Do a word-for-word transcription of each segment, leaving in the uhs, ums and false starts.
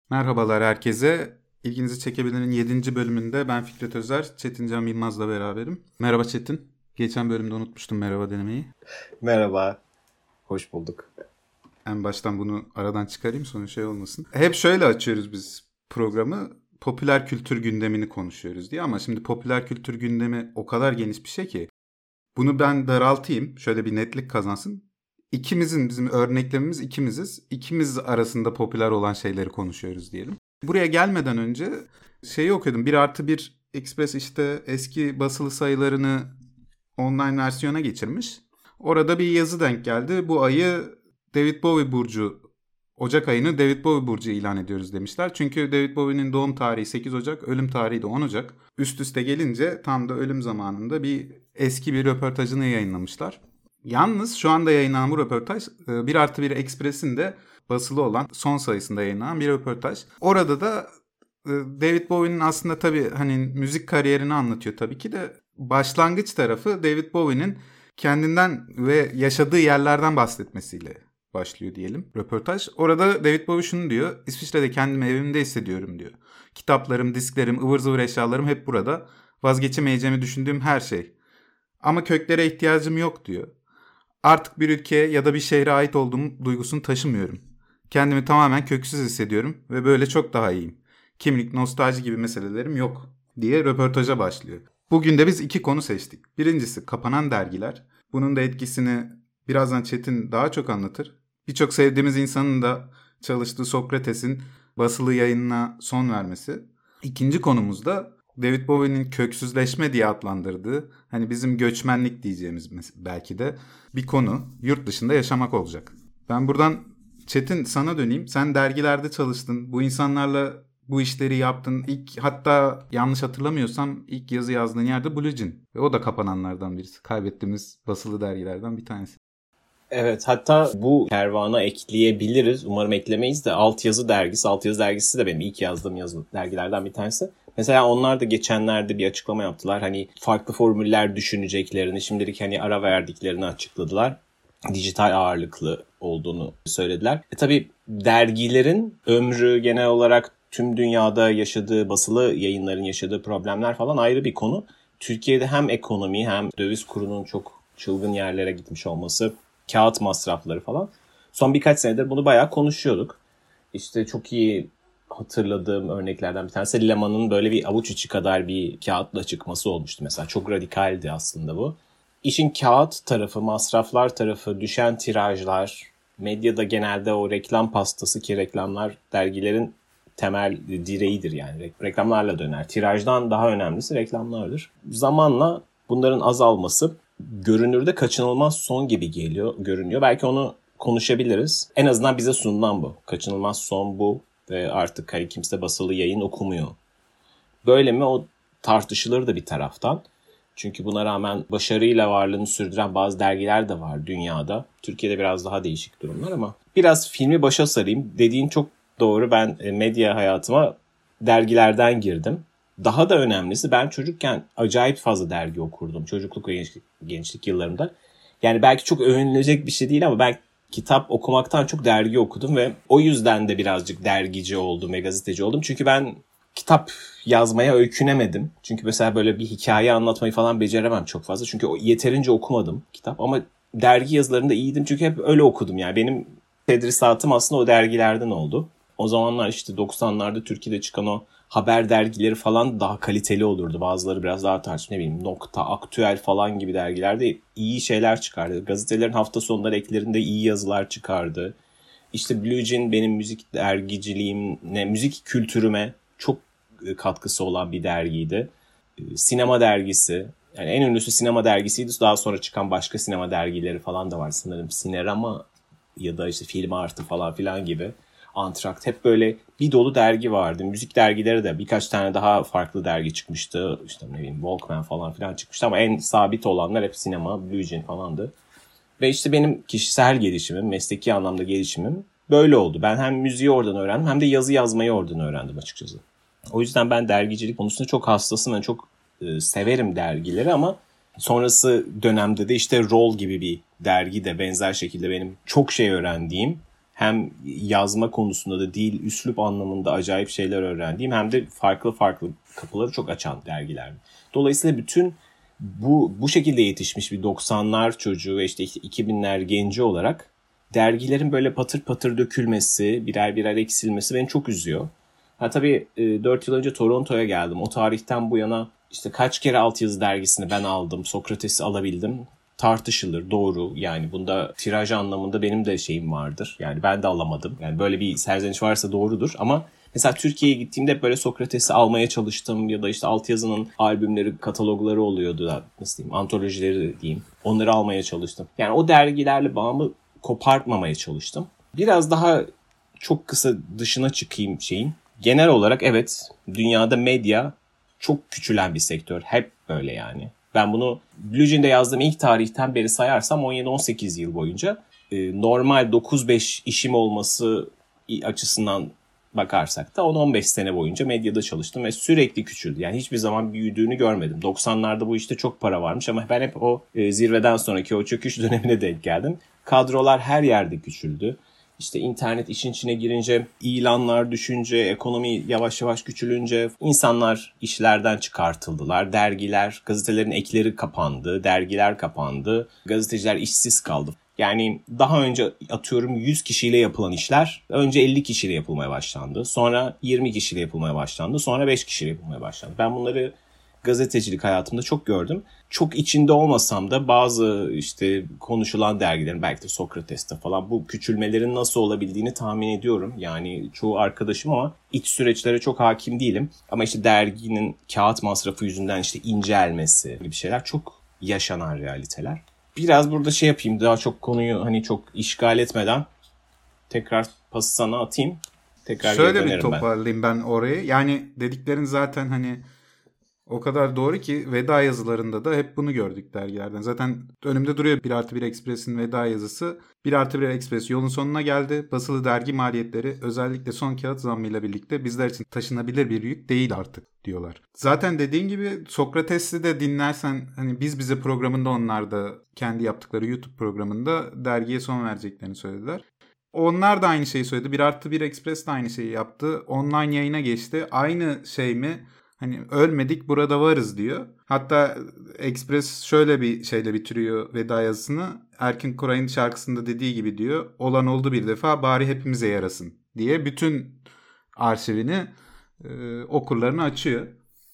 Merhabalar herkese. İlginizi çekebilenin yedinci bölümünde ben Fikret Özer, Çetin Can Yılmaz'la beraberim. Merhaba Çetin. Geçen bölümde unutmuştum merhaba denemeyi. Merhaba. Hoş bulduk. En baştan bunu aradan çıkarayım sonra şey olmasın. Hep şöyle açıyoruz biz programı. Popüler kültür gündemini konuşuyoruz diye ama şimdi popüler kültür gündemi o kadar geniş bir şey ki. Bunu ben daraltayım. Şöyle bir netlik kazansın. İkimizin, bizim örneklemimiz ikimiziz. İkimiz arasında popüler olan şeyleri konuşuyoruz diyelim. Buraya gelmeden önce şeyi okudum. Bir artı bir Express işte eski basılı sayılarını online versiyona geçirmiş. Orada bir yazı denk geldi. Bu ayı David Bowie burcu, Ocak ayını David Bowie burcu ilan ediyoruz demişler. Çünkü David Bowie'nin doğum tarihi sekiz Ocak, ölüm tarihi de on Ocak. Üst üste gelince tam da ölüm zamanında bir eski bir röportajını yayınlamışlar. Yalnız şu anda yayınlanan bu röportaj bir artı bir Express'in de basılı olan son sayısında yayınlanan bir röportaj. Orada da David Bowie'nin aslında tabii hani müzik kariyerini anlatıyor tabii ki de başlangıç tarafı David Bowie'nin kendinden ve yaşadığı yerlerden bahsetmesiyle başlıyor diyelim röportaj. Orada David Bowie şunu diyor: İsviçre'de kendimi evimde hissediyorum diyor. Kitaplarım, disklerim, ıvır zıvır eşyalarım hep burada. Vazgeçemeyeceğimi düşündüğüm her şey. Ama köklere ihtiyacım yok diyor. Artık bir ülkeye ya da bir şehre ait olduğum duygusunu taşımıyorum. Kendimi tamamen köksüz hissediyorum ve böyle çok daha iyiyim. Kimlik, nostalji gibi meselelerim yok diye röportaja başlıyor. Bugün de biz iki konu seçtik. Birincisi kapanan dergiler. Bunun da etkisini birazdan Çetin daha çok anlatır. Birçok sevdiğimiz insanın da çalıştığı Sokrates'in basılı yayınına son vermesi. İkinci konumuz da David Bowie'nin köksüzleşme diye adlandırdığı, hani bizim göçmenlik diyeceğimiz belki de bir konu, yurt dışında yaşamak olacak. Ben buradan Çetin sana döneyim. Sen dergilerde çalıştın. Bu insanlarla bu işleri yaptın. İlk, hatta yanlış hatırlamıyorsam ilk yazı yazdığın yerde Blue Jean. Ve o da kapananlardan birisi. Kaybettiğimiz basılı dergilerden bir tanesi. Evet, hatta bu kervana ekleyebiliriz. Umarım eklemeyiz de Altyazı dergisi. Altyazı dergisi de benim ilk yazdığım yazı dergilerden bir tanesi. Mesela onlar da geçenlerde bir açıklama yaptılar. Hani farklı formüller düşüneceklerini, şimdilik hani ara verdiklerini açıkladılar. Dijital ağırlıklı olduğunu söylediler. E tabii dergilerin ömrü genel olarak tüm dünyada yaşadığı, basılı yayınların yaşadığı problemler falan ayrı bir konu. Türkiye'de hem ekonomi hem döviz kurunun çok çılgın yerlere gitmiş olması, kağıt masrafları falan. Son birkaç senedir bunu bayağı konuşuyorduk. İşte çok iyi hatırladığım örneklerden bir tanesi Leman'ın böyle bir avuç içi kadar bir kağıtla çıkması olmuştu mesela. Çok radikaldi aslında bu. İşin kağıt tarafı, masraflar tarafı, düşen tirajlar, medyada genelde o reklam pastası ki reklamlar dergilerin temel direğidir yani. Reklamlarla döner. Tirajdan daha önemlisi reklamlardır. Zamanla bunların azalması görünürde kaçınılmaz son gibi geliyor, görünüyor. Belki onu konuşabiliriz. En azından bize sunulan bu. Kaçınılmaz son bu ve artık hani kimse basılı yayın okumuyor. Böyle mi o tartışılır da bir taraftan. Çünkü buna rağmen başarıyla varlığını sürdüren bazı dergiler de var dünyada. Türkiye'de biraz daha değişik durumlar ama biraz filmi başa sarayım. Dediğin çok doğru. Ben medya hayatıma dergilerden girdim. Daha da önemlisi ben çocukken acayip fazla dergi okurdum. Çocukluk ve gençlik, gençlik yıllarımda. Yani belki çok övünülecek bir şey değil ama ben kitap okumaktan çok dergi okudum ve o yüzden de birazcık dergici oldum ve gazeteci oldum. Çünkü ben kitap yazmaya öykünemedim. Çünkü mesela böyle bir hikaye anlatmayı falan beceremem çok fazla. Çünkü yeterince okumadım kitap ama dergi yazılarında iyiydim çünkü hep öyle okudum. Yani benim tedrisatım aslında o dergilerden oldu. O zamanlar işte doksanlarda Türkiye'de çıkan o haber dergileri falan daha kaliteli olurdu. Bazıları biraz daha tartışmalı, ne bileyim Nokta, Aktüel falan gibi dergilerde iyi şeyler çıkardı. Gazetelerin hafta sonları eklerinde iyi yazılar çıkardı. İşte Blue Jean benim müzik dergiciliğimle, müzik kültürüme çok katkısı olan bir dergiydi. Sinema dergisi, yani en ünlüsü sinema dergisiydi. Daha sonra çıkan başka sinema dergileri falan da var sanırım. Sinerama ya da işte Film Artı falan filan gibi. Antrakt, hep böyle bir dolu dergi vardı. Müzik dergileri de birkaç tane daha farklı dergi çıkmıştı. İşte ne bileyim Walkman falan filan çıkmıştı ama en sabit olanlar hep sinema, Blue Jean falandı. Ve işte benim kişisel gelişimim, mesleki anlamda gelişimim böyle oldu. Ben hem müziği oradan öğrendim hem de yazı yazmayı oradan öğrendim açıkçası. O yüzden ben dergicilik konusunda çok hassasım ve çok e, severim dergileri ama sonrası dönemde de işte Roll gibi bir dergi de benzer şekilde benim çok şey öğrendiğim, hem yazma konusunda da dil, üslup anlamında acayip şeyler öğrendiğim hem de farklı farklı kapıları çok açan dergiler. Dolayısıyla bütün bu bu şekilde yetişmiş bir doksanlar çocuğu ve işte iki binler genci olarak dergilerin böyle patır patır dökülmesi, birer birer eksilmesi beni çok üzüyor. Ha tabii dört yıl önce Toronto'ya geldim. O tarihten bu yana işte kaç kere altyazı dergisini ben aldım, Sokrates'i alabildim. Tartışılır, doğru. Yani bunda tiraj anlamında benim de şeyim vardır. Yani ben de alamadım. Yani böyle bir serzeniş varsa doğrudur. Ama mesela Türkiye'ye gittiğimde hep böyle Sokrates'i almaya çalıştım. Ya da işte altyazının albümleri, katalogları oluyordu da, nasıl diyeyim, antolojileri diyeyim. Onları almaya çalıştım. Yani o dergilerle bağımı kopartmamaya çalıştım. Biraz daha çok kısa dışına çıkayım şeyin. Genel olarak evet, dünyada medya çok küçülen bir sektör. Hep böyle yani. Ben bunu Blue Jean'de yazdığım ilk tarihten beri sayarsam on yedi on sekiz yıl boyunca e, normal dokuz beş işim olması açısından bakarsak da on on beş sene boyunca medyada çalıştım ve sürekli küçüldü. Yani hiçbir zaman büyüdüğünü görmedim. doksanlarda bu işte çok para varmış ama ben hep o e, zirveden sonraki o çöküş dönemine denk geldim. Kadrolar her yerde küçüldü. İşte internet işin içine girince, ilanlar düşünce, ekonomi yavaş yavaş küçülünce insanlar işlerden çıkartıldılar. Dergiler, gazetelerin ekleri kapandı, dergiler kapandı, gazeteciler işsiz kaldı. Yani daha önce atıyorum yüz kişiyle yapılan işler önce elli kişiyle yapılmaya başlandı. Sonra yirmi kişiyle yapılmaya başlandı. Sonra beş kişiyle yapılmaya başlandı. Ben bunları gazetecilik hayatımda çok gördüm. Çok içinde olmasam da bazı işte konuşulan dergilerin, belki de Sokrates'te falan, bu küçülmelerin nasıl olabildiğini tahmin ediyorum. Yani çoğu arkadaşım ama iç süreçlere çok hakim değilim. Ama işte derginin kağıt masrafı yüzünden işte incelmesi gibi şeyler çok yaşanan realiteler. Biraz burada şey yapayım, daha çok konuyu hani çok işgal etmeden tekrar pası sana atayım. Tekrar şöyle bir toparlayayım ben. ben orayı. Yani dediklerin zaten hani o kadar doğru ki veda yazılarında da hep bunu gördük dergilerden. Zaten önümde duruyor bir artı bir Express'in veda yazısı. bir artı bir Express yolun sonuna geldi. Basılı dergi maliyetleri özellikle son kağıt zammıyla birlikte bizler için taşınabilir bir yük değil artık diyorlar. Zaten dediğin gibi Sokrates'i de dinlersen hani Biz Bize programında, onlar da kendi yaptıkları YouTube programında dergiye son vereceklerini söylediler. Onlar da aynı şeyi söyledi. bir artı bir Express de aynı şeyi yaptı. Online yayına geçti. Aynı şey mi? Hani ölmedik, burada varız diyor. Hatta Express şöyle bir şeyle bitiriyor veda yazısını. Erkin Koray'ın şarkısında dediği gibi diyor. Olan oldu bir defa, bari hepimize yarasın diye bütün arşivini e, okurlarına açıyor.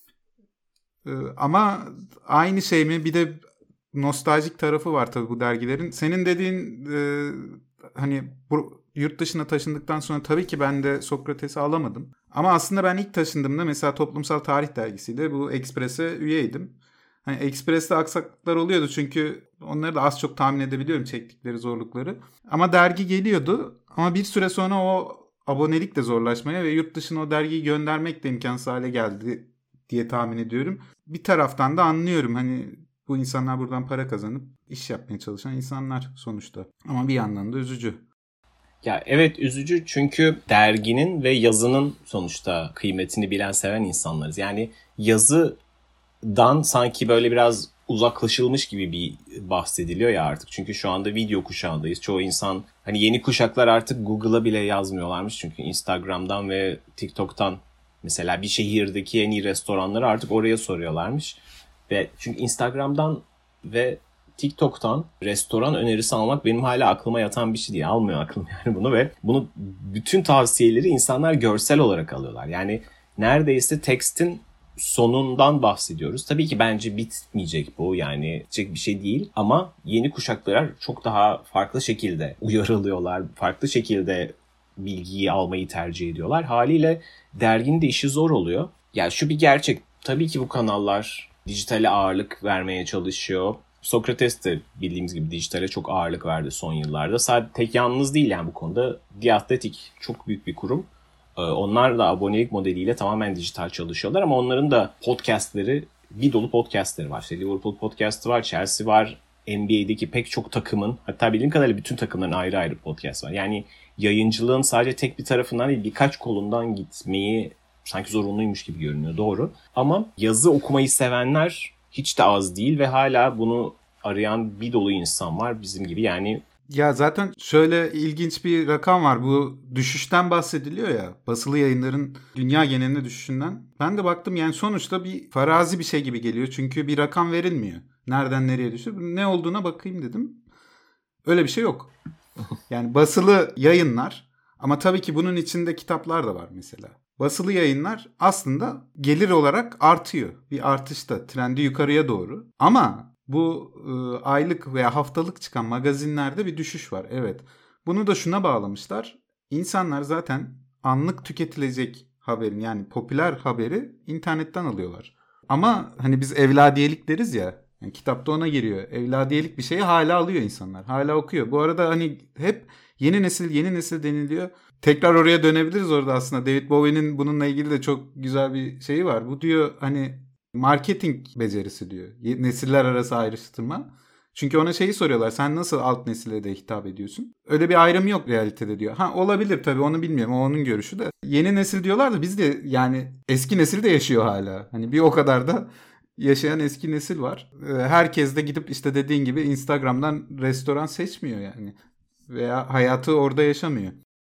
E, ama aynı şey mi? Bir de nostaljik tarafı var tabii bu dergilerin. Senin dediğin e, hani bu, yurt dışına taşındıktan sonra tabii ki ben de Sokrates'i alamadım. Ama aslında ben ilk taşındığımda mesela Toplumsal Tarih dergisiyle bu Express'e üyeydim. Hani Express'te aksaklıklar oluyordu çünkü onları da az çok tahmin edebiliyorum, çektikleri zorlukları. Ama dergi geliyordu ama bir süre sonra o abonelik de zorlaşmaya ve yurt dışına o dergiyi göndermek de imkansız hale geldi diye tahmin ediyorum. Bir taraftan da anlıyorum, hani bu insanlar buradan para kazanıp iş yapmaya çalışan insanlar sonuçta. Ama bir yandan da üzücü. Ya evet, üzücü çünkü derginin ve yazının sonuçta kıymetini bilen, seven insanlarız. Yani yazıdan sanki böyle biraz uzaklaşılmış gibi bir bahsediliyor ya artık. Çünkü şu anda video kuşağındayız. Çoğu insan, hani yeni kuşaklar artık Google'a bile yazmıyorlarmış. Çünkü Instagram'dan ve TikTok'tan mesela bir şehirdeki en iyi restoranları artık oraya soruyorlarmış. Ve çünkü Instagram'dan ve TikTok'tan restoran önerisi almak benim hala aklıma yatan bir şey değil. Almıyor aklım yani bunu ve bunu bütün tavsiyeleri insanlar görsel olarak alıyorlar. Yani neredeyse tekstin sonundan bahsediyoruz. Tabii ki bence bitmeyecek bu, yani bitecek bir şey değil ama yeni kuşaklar çok daha farklı şekilde uyarılıyorlar. Farklı şekilde bilgiyi almayı tercih ediyorlar. Haliyle derginin de işi zor oluyor. Yani şu bir gerçek. Tabii ki bu kanallar dijitale ağırlık vermeye çalışıyor. Sokrates de bildiğimiz gibi dijitale çok ağırlık verdi son yıllarda. Sadece tek yalnız değil yani bu konuda. The Athletic çok büyük bir kurum. Onlar da abonelik modeliyle tamamen dijital çalışıyorlar ama onların da podcastleri, bir dolu podcastleri var. İşte Liverpool podcastı var, Chelsea var, N B A'deki pek çok takımın, hatta bildiğim kadarıyla bütün takımların ayrı ayrı podcast var. Yani yayıncılığın sadece tek bir tarafından değil, birkaç kolundan gitmeyi sanki zorunluymuş gibi görünüyor, doğru. Ama yazı okumayı sevenler hiç de az değil ve hala bunu arayan bir dolu insan var bizim gibi. Yani Ya zaten şöyle ilginç bir rakam var. Bu düşüşten bahsediliyor ya. Basılı yayınların dünya genelinde düşüşünden. Ben de baktım yani sonuçta bir farazi bir şey gibi geliyor. Çünkü bir rakam verilmiyor. Nereden nereye düşüyor? Ne olduğuna bakayım dedim. Öyle bir şey yok. Yani basılı yayınlar, ama tabii ki bunun içinde kitaplar da var mesela. Basılı yayınlar aslında gelir olarak artıyor. Bir artışta, trendi yukarıya doğru. Ama bu e, aylık veya haftalık çıkan magazinlerde bir düşüş var. Evet. Bunu da şuna bağlamışlar. İnsanlar zaten anlık tüketilecek haberin, yani popüler haberi internetten alıyorlar. Ama hani biz evladiyelik deriz ya. Yani kitapta ona giriyor. Evladiyelik bir şeyi hala alıyor insanlar. Hala okuyor. Bu arada hani hep yeni nesil yeni nesil deniliyor. Tekrar oraya dönebiliriz orada aslında. David Bowie'nin bununla ilgili de çok güzel bir şeyi var. Bu diyor hani marketing becerisi diyor. Nesiller arası ayrıştırma. Çünkü ona şeyi soruyorlar. Sen nasıl alt nesile de hitap ediyorsun? Öyle bir ayrım yok realitede diyor. Ha olabilir tabii, onu bilmiyorum. O onun görüşü de. Yeni nesil diyorlar da biz de yani eski nesil de yaşıyor hala. Hani bir o kadar da yaşayan eski nesil var. Herkes de gidip işte dediğin gibi Instagram'dan restoran seçmiyor yani. Veya hayatı orada yaşamıyor.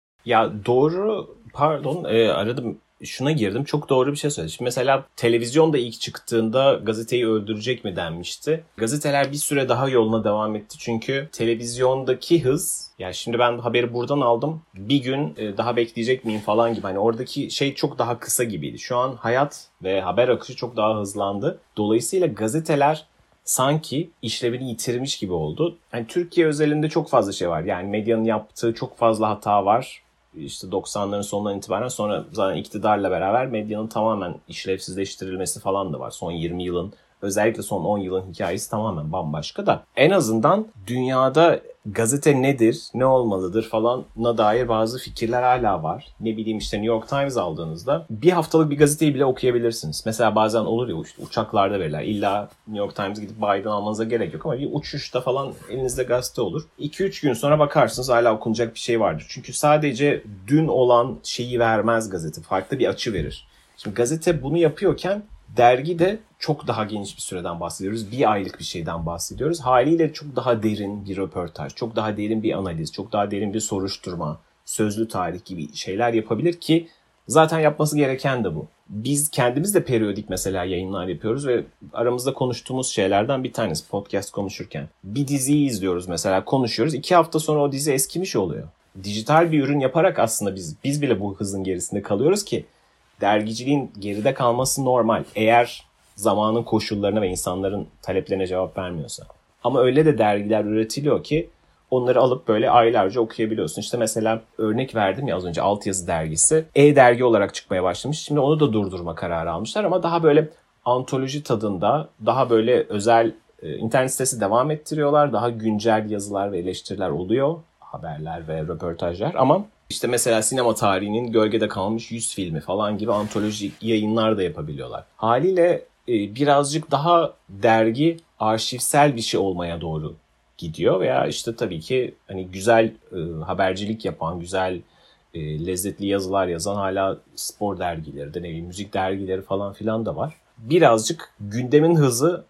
Ya doğru, pardon e, aradım, şuna girdim, çok doğru bir şey söyledin. Şimdi mesela televizyonda ilk çıktığında gazeteyi öldürecek mi denmişti. Gazeteler bir süre daha yoluna devam etti çünkü televizyondaki hız, yani şimdi ben haberi buradan aldım, bir gün e, daha bekleyecek miyim falan gibi, hani oradaki şey çok daha kısa gibiydi. Şu an hayat ve haber akışı çok daha hızlandı. Dolayısıyla gazeteler sanki işlevini yitirmiş gibi oldu. Yani Türkiye özelinde çok fazla şey var. Yani medyanın yaptığı çok fazla hata var. İşte doksanların sonundan itibaren, sonra zaten iktidarla beraber medyanın tamamen işlevsizleştirilmesi falan da var. Son yirmi yılın, özellikle son on yılın hikayesi tamamen bambaşka da. En azından dünyada gazete nedir, ne olmalıdır falanına dair bazı fikirler hala var. Ne bileyim işte New York Times aldığınızda bir haftalık bir gazeteyi bile okuyabilirsiniz. Mesela bazen olur ya işte uçaklarda verirler. İlla New York Times gidip bayiden almanıza gerek yok ama bir uçuşta falan elinizde gazete olur. iki üç gün sonra bakarsınız hala okunacak bir şey vardır. Çünkü sadece dün olan şeyi vermez gazete. Farklı bir açı verir. Şimdi gazete bunu yapıyorken dergi de çok daha geniş bir süreden bahsediyoruz. Bir aylık bir şeyden bahsediyoruz. Haliyle çok daha derin bir röportaj, çok daha derin bir analiz, çok daha derin bir soruşturma, sözlü tarih gibi şeyler yapabilir ki zaten yapması gereken de bu. Biz kendimiz de periyodik mesela yayınlar yapıyoruz ve aramızda konuştuğumuz şeylerden bir tanesi podcast konuşurken. Bir diziyi izliyoruz mesela, konuşuyoruz. İki hafta sonra o dizi eskimiş oluyor. Dijital bir ürün yaparak aslında biz biz bile bu hızın gerisinde kalıyoruz ki dergiciliğin geride kalması normal. Eğer zamanın koşullarına ve insanların taleplerine cevap vermiyorsa. Ama öyle de dergiler üretiliyor ki onları alıp böyle aylarca okuyabiliyorsun. İşte mesela örnek verdim ya az önce, Altyazı dergisi e-dergi olarak çıkmaya başlamış. Şimdi onu da durdurma kararı almışlar ama daha böyle antoloji tadında, daha böyle özel e, internet sitesi devam ettiriyorlar. Daha güncel yazılar ve eleştiriler oluyor. Haberler ve röportajlar ama İşte mesela sinema tarihinin gölgede kalmış yüz filmi falan gibi antolojik yayınlar da yapabiliyorlar. Haliyle e, birazcık daha dergi arşivsel bir şey olmaya doğru gidiyor veya işte tabii ki hani güzel e, habercilik yapan, güzel e, lezzetli yazılar yazan hala spor dergileri de, ne bileyim müzik dergileri falan filan da var. Birazcık gündemin hızı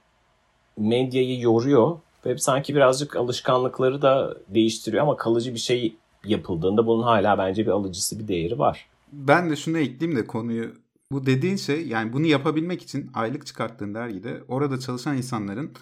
medyayı yoruyor ve sanki birazcık alışkanlıkları da değiştiriyor ama kalıcı bir şey yapıldığında bunun hala bence bir alıcısı, bir değeri var. Ben de şunu ekleyeyim de konuyu. Bu dediğin şey, yani bunu yapabilmek için aylık çıkarttığın dergide orada çalışan insanların,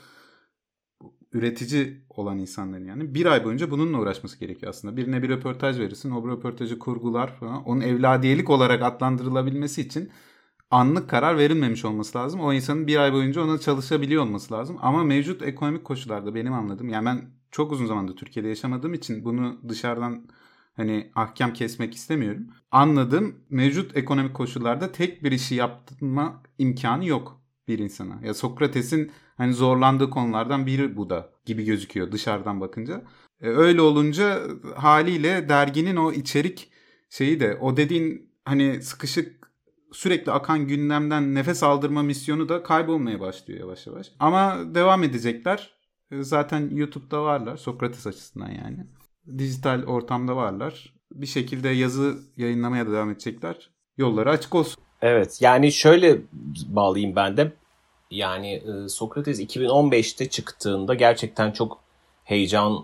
üretici olan insanların yani bir ay boyunca bununla uğraşması gerekiyor aslında. Birine bir röportaj verirsin, o röportajı kurgular falan. Onun evladiyelik olarak adlandırılabilmesi için anlık karar verilmemiş olması lazım. O insanın bir ay boyunca ona çalışabiliyor olması lazım. Ama mevcut ekonomik koşullarda benim anladığım, yani ben çok uzun zamandır Türkiye'de yaşamadığım için bunu dışarıdan hani ahkam kesmek istemiyorum. Anladığım, mevcut ekonomik koşullarda tek bir işi yapma imkanı yok bir insana. Ya Sokrates'in hani zorlandığı konulardan biri bu da gibi gözüküyor dışarıdan bakınca. E, öyle olunca haliyle derginin o içerik şeyi de, o dediğin hani sıkışık sürekli akan gündemden nefes aldırma misyonu da kaybolmaya başlıyor yavaş yavaş. Ama devam edecekler. Zaten YouTube'da varlar, Sokrates açısından yani. Dijital ortamda varlar. Bir şekilde yazı yayınlamaya da devam edecekler. Yolları açık olsun. Evet, yani şöyle bağlayayım ben de. Yani Sokrates iki bin on beşte çıktığında gerçekten çok heyecan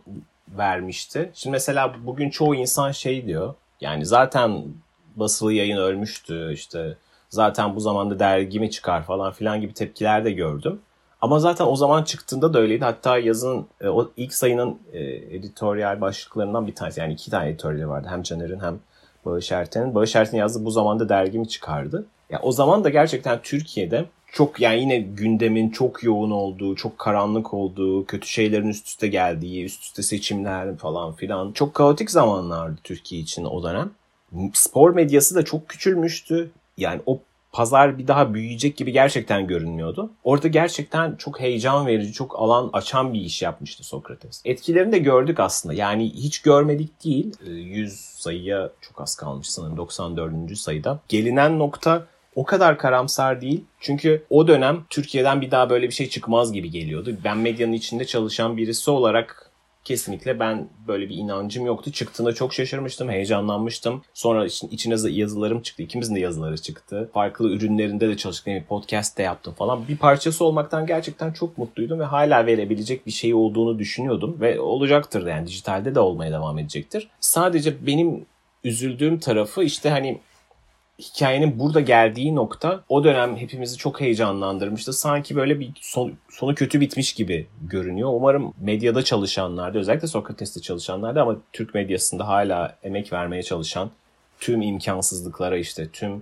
vermişti. Şimdi mesela bugün çoğu insan şey diyor. Yani zaten basılı yayın ölmüştü, işte zaten bu zamanda dergi mi çıkar falan filan gibi tepkiler de gördüm. Ama zaten o zaman çıktığında da öyleydi. Hatta yazın o ilk sayının editoryal başlıklarından bir tanesi. Yani iki tane editoryali vardı. Hem Caner'in hem Bağış Erten'in. Bağış Erten yazdı, bu zamanda dergi mi çıkardı. Yani o zaman da gerçekten Türkiye'de çok, yani yine gündemin çok yoğun olduğu, çok karanlık olduğu, kötü şeylerin üst üste geldiği, üst üste seçimler falan filan. Çok kaotik zamanlardı Türkiye için o dönem. Spor medyası da çok küçülmüştü. Yani o pazar bir daha büyüyecek gibi gerçekten görünmüyordu. Orada gerçekten çok heyecan verici, çok alan açan bir iş yapmıştı Sokrates. Etkilerini de gördük aslında. Yani hiç görmedik değil. yüz sayıya çok az kalmış sanırım, doksan dördüncü sayıda. Gelinen nokta o kadar karamsar değil. Çünkü o dönem Türkiye'den bir daha böyle bir şey çıkmaz gibi geliyordu. Ben medyanın içinde çalışan birisi olarak kesinlikle ben böyle bir inancım yoktu. Çıktığında çok şaşırmıştım, heyecanlanmıştım. Sonra içine yazılarım çıktı. İkimizin de yazıları çıktı. Farklı ürünlerinde de çalıştık. Yani podcast de yaptım falan. Bir parçası olmaktan gerçekten çok mutluydum ve hala verebilecek bir şey olduğunu düşünüyordum. Ve olacaktır da, yani dijitalde de olmaya devam edecektir. Sadece benim üzüldüğüm tarafı işte hani hikayenin burada geldiği nokta o dönem hepimizi çok heyecanlandırmıştı. Sanki böyle bir son, sonu kötü bitmiş gibi görünüyor. Umarım medyada çalışanlarda, özellikle Sokrates'te çalışanlarda ama Türk medyasında hala emek vermeye çalışan, tüm imkansızlıklara, işte tüm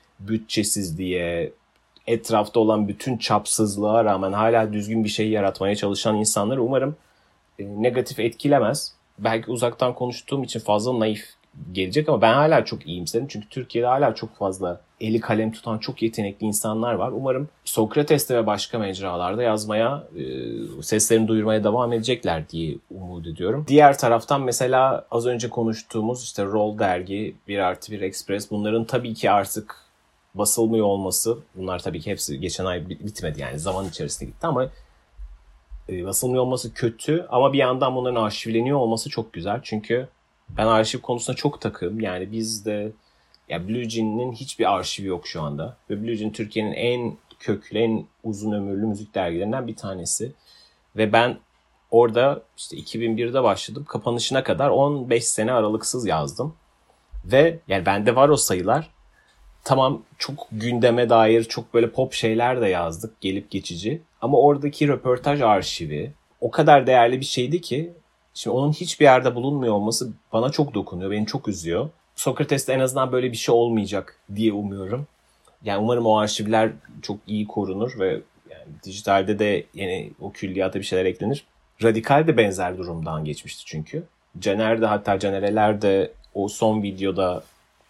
bütçesizliğe, etrafta olan bütün çapsızlığa rağmen hala düzgün bir şey yaratmaya çalışan insanları umarım e, negatif etkilemez. Belki uzaktan konuştuğum için fazla naif gelecek ama ben hala çok iyimserim. Çünkü Türkiye'de hala çok fazla eli kalem tutan çok yetenekli insanlar var. Umarım Sokrates'te ve başka mecralarda yazmaya, e, seslerini duyurmaya devam edecekler diye umut ediyorum. Diğer taraftan mesela az önce konuştuğumuz işte Roll dergi, bir artı bir Express, bunların tabii ki artık basılmıyor olması, bunlar tabii ki hepsi geçen ay bitmedi, yani zaman içerisinde gitti ama e, basılmıyor olması kötü ama bir yandan bunların arşivleniyor olması çok güzel. Çünkü ben arşiv konusunda çok takığım. Yani bizde ya Blue Jean'in hiçbir arşivi yok şu anda. Ve Blue Jean Türkiye'nin en köklü, en uzun ömürlü müzik dergilerinden bir tanesi. Ve ben orada işte iki bin birde başladım. Kapanışına kadar on beş sene aralıksız yazdım. Ve yani bende var o sayılar. Tamam, çok gündeme dair çok böyle pop şeyler de yazdık, gelip geçici. Ama oradaki röportaj arşivi o kadar değerli bir şeydi ki şimdi onun hiçbir yerde bulunmuyor olması bana çok dokunuyor, beni çok üzüyor. Sokrates'te en azından böyle bir şey olmayacak diye umuyorum. Yani umarım o arşivler çok iyi korunur ve yani dijitalde de yine o külliyata bir şeyler eklenir. Radikal de benzer durumdan geçmişti çünkü. Caner de, hatta Canereler de o son videoda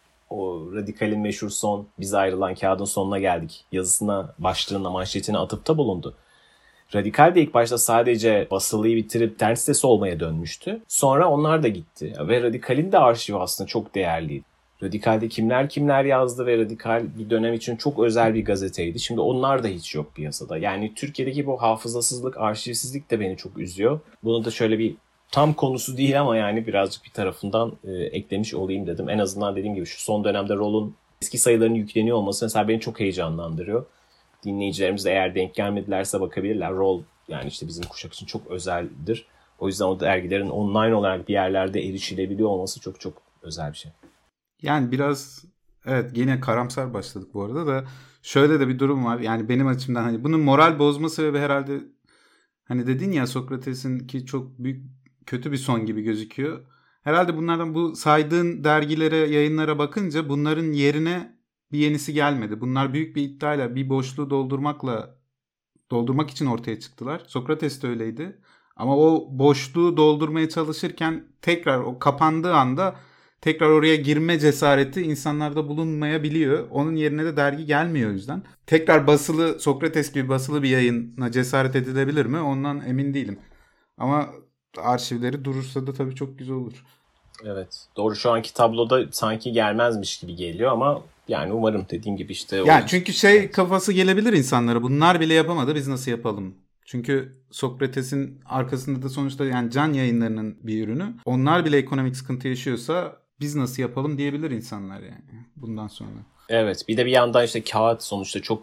o Radikal'in meşhur son "Biz ayrılan kağıdın sonuna geldik" yazısına, başlığına, manşetine atıfta bulundu. Radikal de ilk başta sadece basılıyı bitirip internet sitesi olmaya dönmüştü. Sonra onlar da gitti. Ve Radikal'in de arşivi aslında çok değerliydi. Radikal'de kimler kimler yazdı ve Radikal bir dönem için çok özel bir gazeteydi. Şimdi onlar da hiç yok piyasada. Yani Türkiye'deki bu hafızasızlık, arşivsizlik de beni çok üzüyor. Bunu da şöyle bir tam konusu değil ama yani birazcık bir tarafından e, eklemiş olayım dedim. En azından dediğim gibi şu son dönemde Roll'un eski sayılarının yükleniyor olması mesela beni çok heyecanlandırıyor. Dinleyicilerimiz de eğer denk gelmedilerse bakabilirler. Roll yani işte bizim kuşak için çok özeldir. O yüzden o dergilerin online olarak bir yerlerde erişilebiliyor olması çok çok özel bir şey. Yani biraz evet, yine karamsar başladık bu arada da şöyle de bir durum var. Yani benim açımdan hani bunun moral bozma sebebi herhalde hani dedin ya, Sokrates'in ki çok büyük kötü bir son gibi gözüküyor. Herhalde bunlardan, bu saydığın dergilere, yayınlara bakınca bunların yerine bir yenisi gelmedi. Bunlar büyük bir iddiayla bir boşluğu doldurmakla doldurmak için ortaya çıktılar. Sokrates de öyleydi. Ama o boşluğu doldurmaya çalışırken tekrar o kapandığı anda tekrar oraya girme cesareti insanlarda bulunmayabiliyor. Onun yerine de dergi gelmiyor o yüzden. Tekrar basılı, Sokrates gibi basılı bir yayına cesaret edilebilir mi? Ondan emin değilim. Ama arşivleri durursa da tabii çok güzel olur. Evet. Doğru, şu anki tabloda sanki gelmezmiş gibi geliyor ama yani umarım, dediğim gibi işte. Yani çünkü şey kafası gelebilir insanlara. Bunlar bile yapamadı, biz nasıl yapalım? Çünkü Sokrates'in arkasında da sonuçta yani Can Yayınları'nın bir ürünü. Onlar bile ekonomik sıkıntı yaşıyorsa biz nasıl yapalım diyebilir insanlar yani bundan sonra. Evet, bir de bir yandan işte kağıt sonuçta çok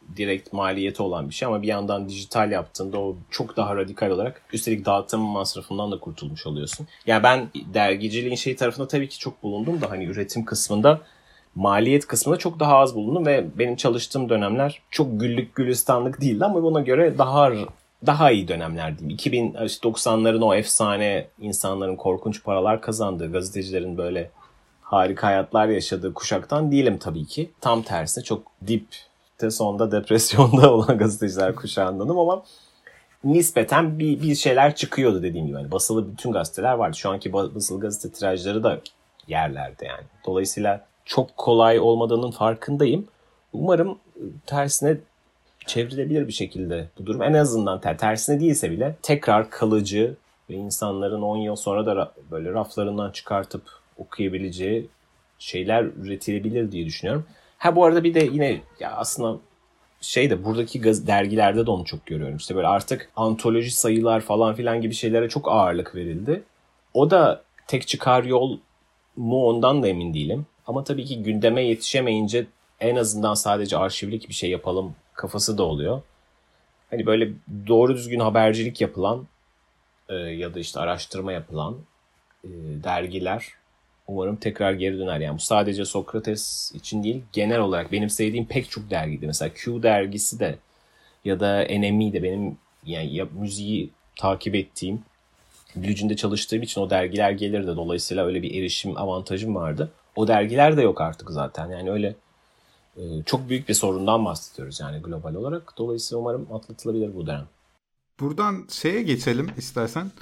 direkt maliyeti olan bir şey ama bir yandan dijital yaptığında o çok daha radikal olarak üstelik dağıtım masrafından da kurtulmuş oluyorsun. Yani ben dergiciliğin şey tarafında tabii ki çok bulundum da hani üretim kısmında, maliyet kısmında çok daha az bulundum ve benim çalıştığım dönemler çok güllük gülistanlık değildi ama buna göre daha daha iyi dönemler diyeyim. iki bin doksanların o efsane insanların korkunç paralar kazandığı, gazetecilerin böyle harika hayatlar yaşadığı kuşaktan değilim tabii ki. Tam tersine çok dipte, sonda depresyonda olan gazeteciler kuşağındanım ama nispeten bir, bir şeyler çıkıyordu dediğim gibi. Yani basılı bütün gazeteler vardı. Şu anki basılı gazete tirajları da yerlerde yani. Dolayısıyla çok kolay olmadığının farkındayım. Umarım tersine çevrilebilir bir şekilde bu durum. En azından ter, tersine değilse bile tekrar kalıcı ve insanların on yıl sonra da ra- böyle raflarından çıkartıp okuyabileceği şeyler üretilebilir diye düşünüyorum. Ha bu arada bir de yine ya aslında şey de buradaki gaz- dergilerde de onu çok görüyorum. İşte böyle artık antoloji sayılar falan filan gibi şeylere çok ağırlık verildi. O da tek çıkar yol mu ondan da emin değilim. Ama tabii ki gündeme yetişemeyince en azından sadece arşivlik bir şey yapalım kafası da oluyor. Hani böyle doğru düzgün habercilik yapılan e, ya da işte araştırma yapılan e, dergiler umarım tekrar geri döner. Yani bu sadece Sokrates için değil, genel olarak benim sevdiğim pek çok dergiydi. Mesela Q dergisi de ya da N M E de benim yani ya, müziği takip ettiğim, Blue Jean'de çalıştığım için o dergiler gelirdi. Dolayısıyla öyle bir erişim avantajım vardı. O dergiler de yok artık zaten. Yani öyle e, çok büyük bir sorundan bahsediyoruz yani global olarak. Dolayısıyla umarım atlatılabilir bu dönem. Buradan şeye geçelim istersen.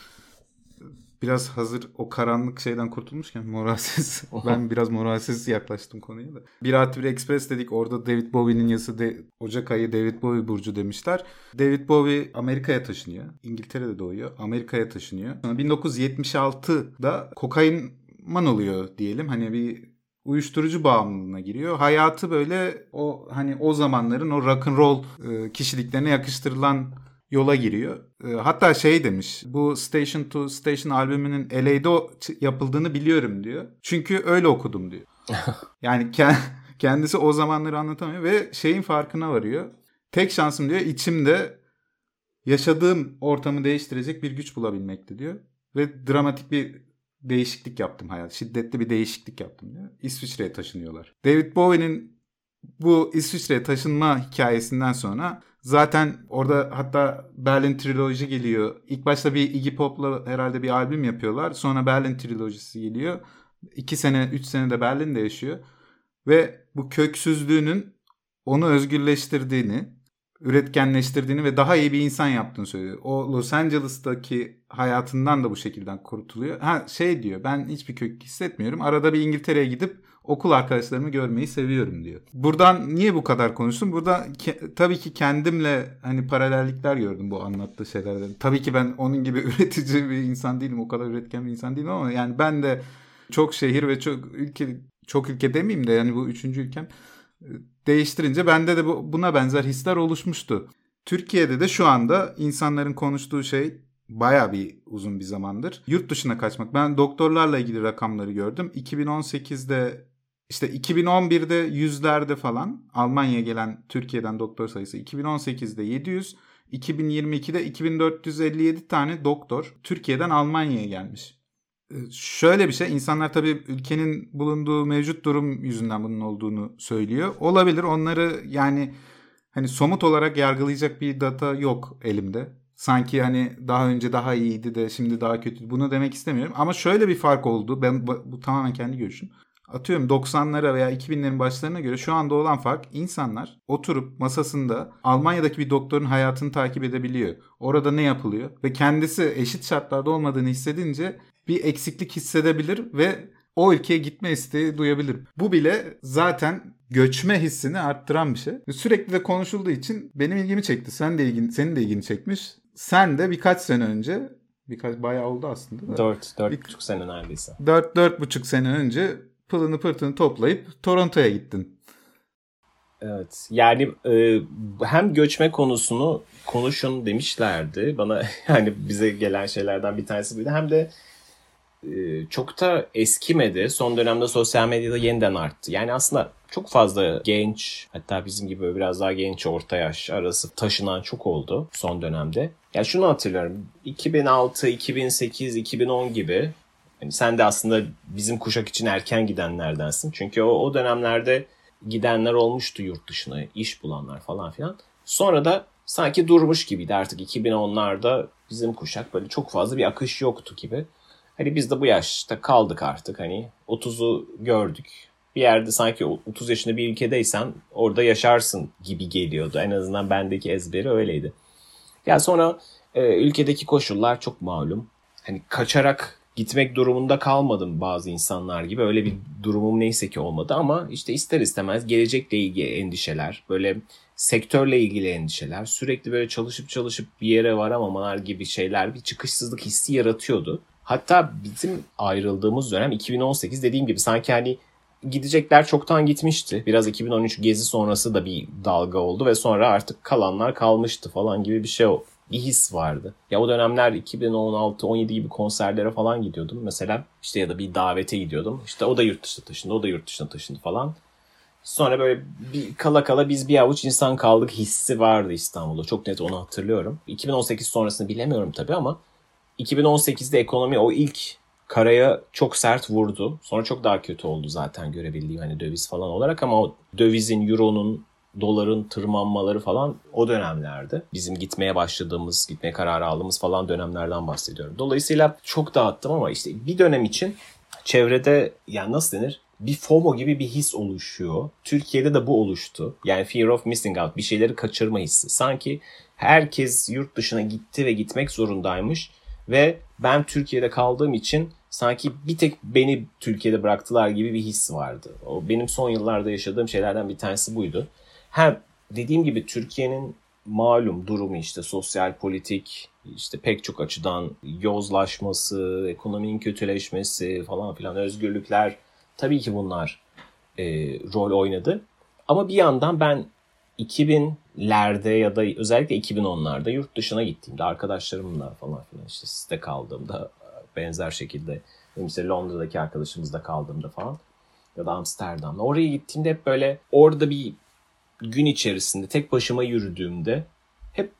Biraz hazır o karanlık şeyden kurtulmuşken moralsiz. Ben biraz moralsiz yaklaştım konuya da. Bir artı bir Express dedik. Orada David Bowie'nin yazısı de, Ocak ayı David Bowie burcu demişler. David Bowie Amerika'ya taşınıyor. İngiltere'de doğuyor. Amerika'ya taşınıyor. Sonra bin dokuz yüz yetmiş altıda kokainman oluyor diyelim. Hani bir uyuşturucu bağımlılığına giriyor. Hayatı böyle o hani o zamanların o rock and roll e, kişiliklerine yakıştırılan yola giriyor. E, hatta şey demiş. Bu Station to Station albümünün L A'de yapıldığını biliyorum diyor. Çünkü öyle okudum diyor. Yani kendisi o zamanları anlatamıyor ve şeyin farkına varıyor. Tek şansım diyor içimde yaşadığım ortamı değiştirecek bir güç bulabilmekti diyor. Ve dramatik bir değişiklik yaptım hayat. Şiddetli bir değişiklik yaptım diyor. İsviçre'ye taşınıyorlar. David Bowie'nin bu İsviçre'ye taşınma hikayesinden sonra zaten orada hatta Berlin Trilogy geliyor. İlk başta bir Iggy Pop'la herhalde bir albüm yapıyorlar. Sonra Berlin Trilogy'si geliyor. İki sene, üç sene de Berlin'de yaşıyor. Ve bu köksüzlüğünün onu özgürleştirdiğini, üretkenleştirdiğini ve daha iyi bir insan yaptığını söylüyor. O Los Angeles'taki hayatından da bu şekilde kurtuluyor. Ha şey diyor, ben hiçbir kök hissetmiyorum. Arada bir İngiltere'ye gidip okul arkadaşlarımı görmeyi seviyorum diyor. Buradan niye bu kadar konuştum? Burada ke- tabii ki kendimle hani paralellikler gördüm bu anlattığı şeylerden. Tabii ki ben onun gibi üretici bir insan değilim. O kadar üretken bir insan değilim ama yani ben de çok şehir ve çok ülke, çok ülke demeyeyim de yani bu üçüncü ülkem değiştirince bende de bu, buna benzer hisler oluşmuştu. Türkiye'de de şu anda insanların konuştuğu şey bayağı bir uzun bir zamandır yurt dışına kaçmak. Ben doktorlarla ilgili rakamları gördüm. iki bin on sekizde işte iki bin on birde yüzlerde falan Almanya'ya gelen Türkiye'den doktor sayısı. iki bin on sekizde yedi yüz, iki bin yirmi ikide iki bin dört yüz elli yedi tane doktor Türkiye'den Almanya'ya gelmiş. Şöyle bir şey, insanlar tabii ülkenin bulunduğu mevcut durum yüzünden bunun olduğunu söylüyor. Olabilir, onları yani hani somut olarak yargılayacak bir data yok elimde. Sanki hani daha önce daha iyiydi de şimdi daha kötü. Bunu demek istemiyorum. Ama şöyle bir fark oldu. Ben bu, bu tamamen kendi görüşüm. Atıyorum doksanlara veya iki binlerin başlarına göre şu anda olan fark, insanlar oturup masasında Almanya'daki bir doktorun hayatını takip edebiliyor. Orada ne yapılıyor ve kendisi eşit şartlarda olmadığını hissedince bir eksiklik hissedebilir ve o ülkeye gitme isteği duyabilir. Bu bile zaten göçme hissini arttıran bir şey. Sürekli de konuşulduğu için benim ilgimi çekti. Sen de ilgin, senin de ilgini çekmiş. Sen de birkaç sene önce, birkaç bayağı oldu aslında. Dört, dört buçuk sene neredeyse. Dört, dört buçuk sene önce pılını pırtını toplayıp Toronto'ya gittin. Evet. Yani e, hem göçme konusunu konuşun demişlerdi. Bana yani bize gelen şeylerden bir tanesi buydu. Hem de e, çok da eskimedi. Son dönemde sosyal medyada yeniden arttı. Yani aslında çok fazla genç, hatta bizim gibi biraz daha genç orta yaş arası taşınan çok oldu son dönemde. Ya şunu hatırlıyorum. iki bin altı, iki bin sekiz, iki bin on gibi. Yani sen de aslında bizim kuşak için erken gidenlerdensin. Çünkü o, o dönemlerde gidenler olmuştu yurt dışına, iş bulanlar falan filan. Sonra da sanki durmuş gibiydi artık iki bin onlarda bizim kuşak, böyle çok fazla bir akış yoktu gibi. Hani biz de bu yaşta kaldık artık, hani otuzu gördük. Bir yerde sanki otuz yaşında bir ülkedeysen orada yaşarsın gibi geliyordu. En azından bendeki ezberi öyleydi. Ya sonra e, ülkedeki koşullar çok malum. Hani kaçarak gitmek durumunda kalmadım bazı insanlar gibi. Öyle bir durumum neyse ki olmadı ama işte ister istemez gelecekle ilgili endişeler, böyle sektörle ilgili endişeler, sürekli böyle çalışıp çalışıp bir yere varamamalar gibi şeyler bir çıkışsızlık hissi yaratıyordu. Hatta bizim ayrıldığımız dönem iki bin on sekiz, dediğim gibi sanki hani gidecekler çoktan gitmişti. Biraz iki bin on üç gezi sonrası da bir dalga oldu ve sonra artık kalanlar kalmıştı falan gibi bir şey, bir his vardı. Ya o dönemler iki bin on altı on yedi gibi konserlere falan gidiyordum mesela, işte ya da bir davete gidiyordum. İşte o da yurt dışına taşındı, o da yurt dışına taşındı falan. Sonra böyle bir kala kala biz bir avuç insan kaldık hissi vardı İstanbul'da. Çok net onu hatırlıyorum. iki bin on sekiz sonrasını bilemiyorum tabii ama iki bin on sekizde ekonomi o ilk karaya çok sert vurdu. Sonra çok daha kötü oldu zaten görebildiğim hani döviz falan olarak, ama o dövizin, euronun, doların tırmanmaları falan o dönemlerde. Bizim gitmeye başladığımız, gitmeye kararı aldığımız falan dönemlerden bahsediyorum. Dolayısıyla çok dağıttım ama işte bir dönem için çevrede, yani nasıl denir, bir FOMO gibi bir his oluşuyor. Türkiye'de de bu oluştu. Yani fear of missing out, bir şeyleri kaçırma hissi. Sanki herkes yurt dışına gitti ve gitmek zorundaymış ve ben Türkiye'de kaldığım için sanki bir tek beni Türkiye'de bıraktılar gibi bir his vardı. O benim son yıllarda yaşadığım şeylerden bir tanesi buydu. Ha, dediğim gibi Türkiye'nin malum durumu, işte sosyal politik, işte pek çok açıdan yozlaşması, ekonominin kötüleşmesi falan filan, özgürlükler, tabii ki bunlar e, rol oynadı. Ama bir yandan ben iki binlerde ya da özellikle iki bin onlarda yurt dışına gittiğimde arkadaşlarımla falan filan, işte site kaldığımda, benzer şekilde işte Londra'daki arkadaşımızla kaldığımda falan ya da Amsterdam'da, oraya gittiğimde hep böyle orada bir gün içerisinde tek başıma yürüdüğümde hep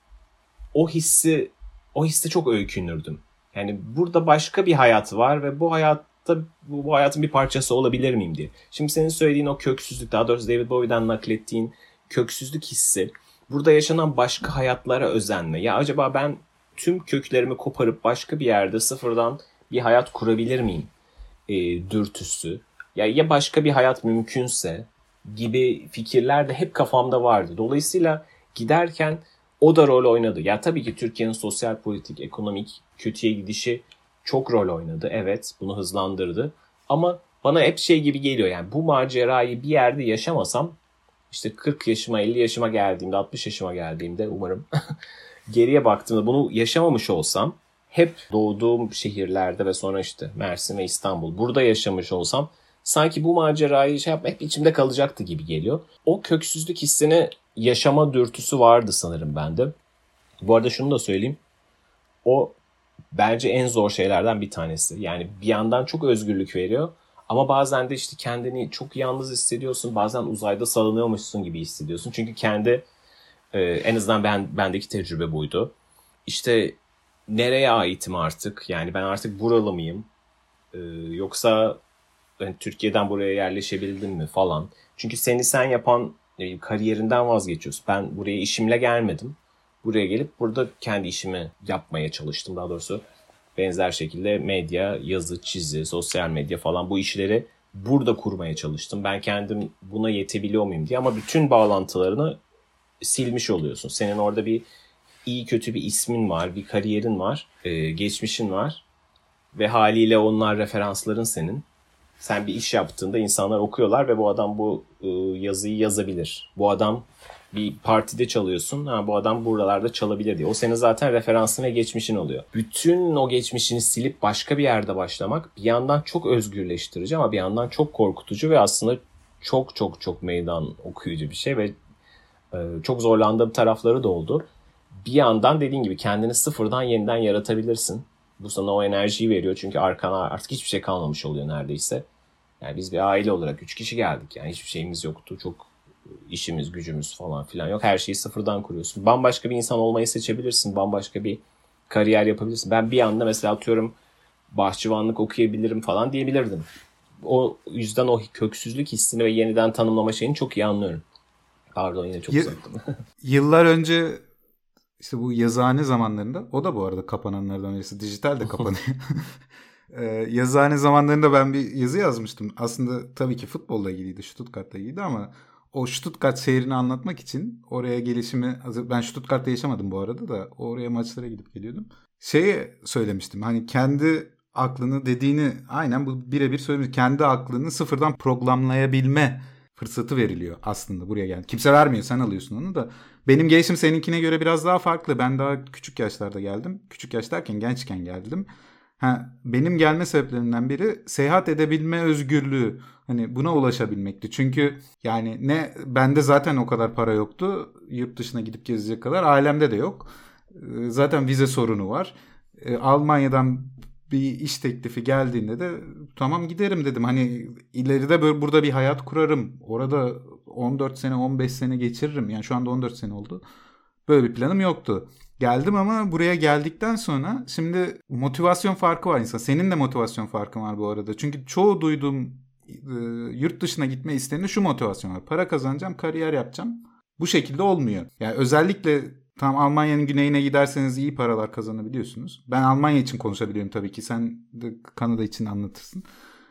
o hissi o hisse çok öykünürdüm. Yani burada başka bir hayat var ve bu hayatta bu, bu hayatın bir parçası olabilir miyim diye. Şimdi senin söylediğin o köksüzlük, daha doğrusu David Bowie'den naklettiğin köksüzlük hissi, burada yaşanan başka hayatlara özenme. Ya acaba ben tüm köklerimi koparıp başka bir yerde sıfırdan bir hayat kurabilir miyim e, dürtüsü. Ya, ya başka bir hayat mümkünse gibi fikirler de hep kafamda vardı. Dolayısıyla giderken o da rol oynadı. Ya tabii ki Türkiye'nin sosyal, politik, ekonomik kötüye gidişi çok rol oynadı. Evet, bunu hızlandırdı. Ama bana hep şey gibi geliyor, yani bu macerayı bir yerde yaşamasam, işte kırk yaşıma, elli yaşıma geldiğimde, altmış yaşıma geldiğimde umarım geriye baktığımda bunu yaşamamış olsam, hep doğduğum şehirlerde ve sonra işte Mersin ve İstanbul, burada yaşamış olsam sanki bu macerayı şey yapma, hep içimde kalacaktı gibi geliyor. O köksüzlük hissini yaşama dürtüsü vardı sanırım bende. Bu arada şunu da söyleyeyim. O bence en zor şeylerden bir tanesi. Yani bir yandan çok özgürlük veriyor ama bazen de işte kendini çok yalnız hissediyorsun. Bazen uzayda salınıyormuşsun gibi hissediyorsun. Çünkü kendi e, en azından ben bendeki tecrübe buydu. İşte nereye aitim artık? Yani ben artık buralı mıyım? E, yoksa ben Türkiye'den buraya yerleşebildim mi falan. Çünkü seni sen yapan e, kariyerinden vazgeçiyorsun. Ben buraya işimle gelmedim. Buraya gelip burada kendi işimi yapmaya çalıştım. Daha doğrusu benzer şekilde medya, yazı, çizi, sosyal medya falan, bu işleri burada kurmaya çalıştım. Ben kendim buna yetebiliyor muyum diye, ama bütün bağlantılarını silmiş oluyorsun. Senin orada bir iyi kötü bir ismin var, bir kariyerin var, e, geçmişin var ve haliyle onlar referansların senin. Sen bir iş yaptığında insanlar okuyorlar ve bu adam bu e, yazıyı yazabilir. Bu adam bir partide çalıyorsun, ha, bu adam buralarda çalabilir diye. O senin zaten referansın ve geçmişin oluyor. Bütün o geçmişini silip başka bir yerde başlamak bir yandan çok özgürleştirici ama bir yandan çok korkutucu ve aslında çok çok çok meydan okuyucu bir şey ve e, çok zorlandığım tarafları da oldu. Bir yandan dediğin gibi kendini sıfırdan yeniden yaratabilirsin. Bu sana o enerjiyi veriyor çünkü arkana artık hiçbir şey kalmamış oluyor neredeyse. Yani biz bir aile olarak üç kişi geldik. Yani hiçbir şeyimiz yoktu. Çok işimiz, gücümüz falan filan yok. Her şeyi sıfırdan kuruyorsun. Bambaşka bir insan olmayı seçebilirsin. Bambaşka bir kariyer yapabilirsin. Ben bir anda mesela atıyorum bahçıvanlık okuyabilirim falan diyebilirdim. O yüzden o köksüzlük hissini ve yeniden tanımlama şeyini çok iyi anlıyorum. Pardon yine çok Y- uzattım. Yıllar önce işte bu yazıhane zamanlarında, o da bu arada kapananlardan birisi, dijital de kapanıyor. Ee, yazıhane zamanlarında ben bir yazı yazmıştım. Aslında tabii ki futbolla ilgiliydi, Stuttgart'la ilgiliydi ama o Stuttgart seyrini anlatmak için oraya gelişimi, ben Stuttgart'ta yaşamadım bu arada da oraya maçlara gidip geliyordum. Şeye söylemiştim, hani kendi aklını, dediğini aynen bu birebir söylemiş. Kendi aklını sıfırdan programlayabilme fırsatı veriliyor aslında buraya gel. Kimse vermiyor, sen alıyorsun onu da. Benim gelişim seninkine göre biraz daha farklı. Ben daha küçük yaşlarda geldim. Küçük yaş derken gençken geldim. Ha, benim gelme sebeplerimden biri seyahat edebilme özgürlüğü. Hani buna ulaşabilmekti. Çünkü yani ne bende zaten o kadar para yoktu. Yurt dışına gidip gezecek kadar. Ailemde de yok. Zaten vize sorunu var. Almanya'dan bir iş teklifi geldiğinde de tamam giderim dedim. Hani ileride böyle burada bir hayat kurarım. Orada on dört sene on beş sene geçiririm. Yani şu anda on dört sene oldu. Böyle bir planım yoktu. Geldim ama buraya geldikten sonra şimdi motivasyon farkı var insan. Senin de motivasyon farkın var bu arada. Çünkü çoğu duyduğum e, yurt dışına gitme isteğinde şu motivasyon var. Para kazanacağım, kariyer yapacağım. Bu şekilde olmuyor. Yani özellikle tam Almanya'nın güneyine giderseniz iyi paralar kazanabiliyorsunuz. Ben Almanya için konuşabiliyorum tabii ki. Sen de Kanada için anlatırsın.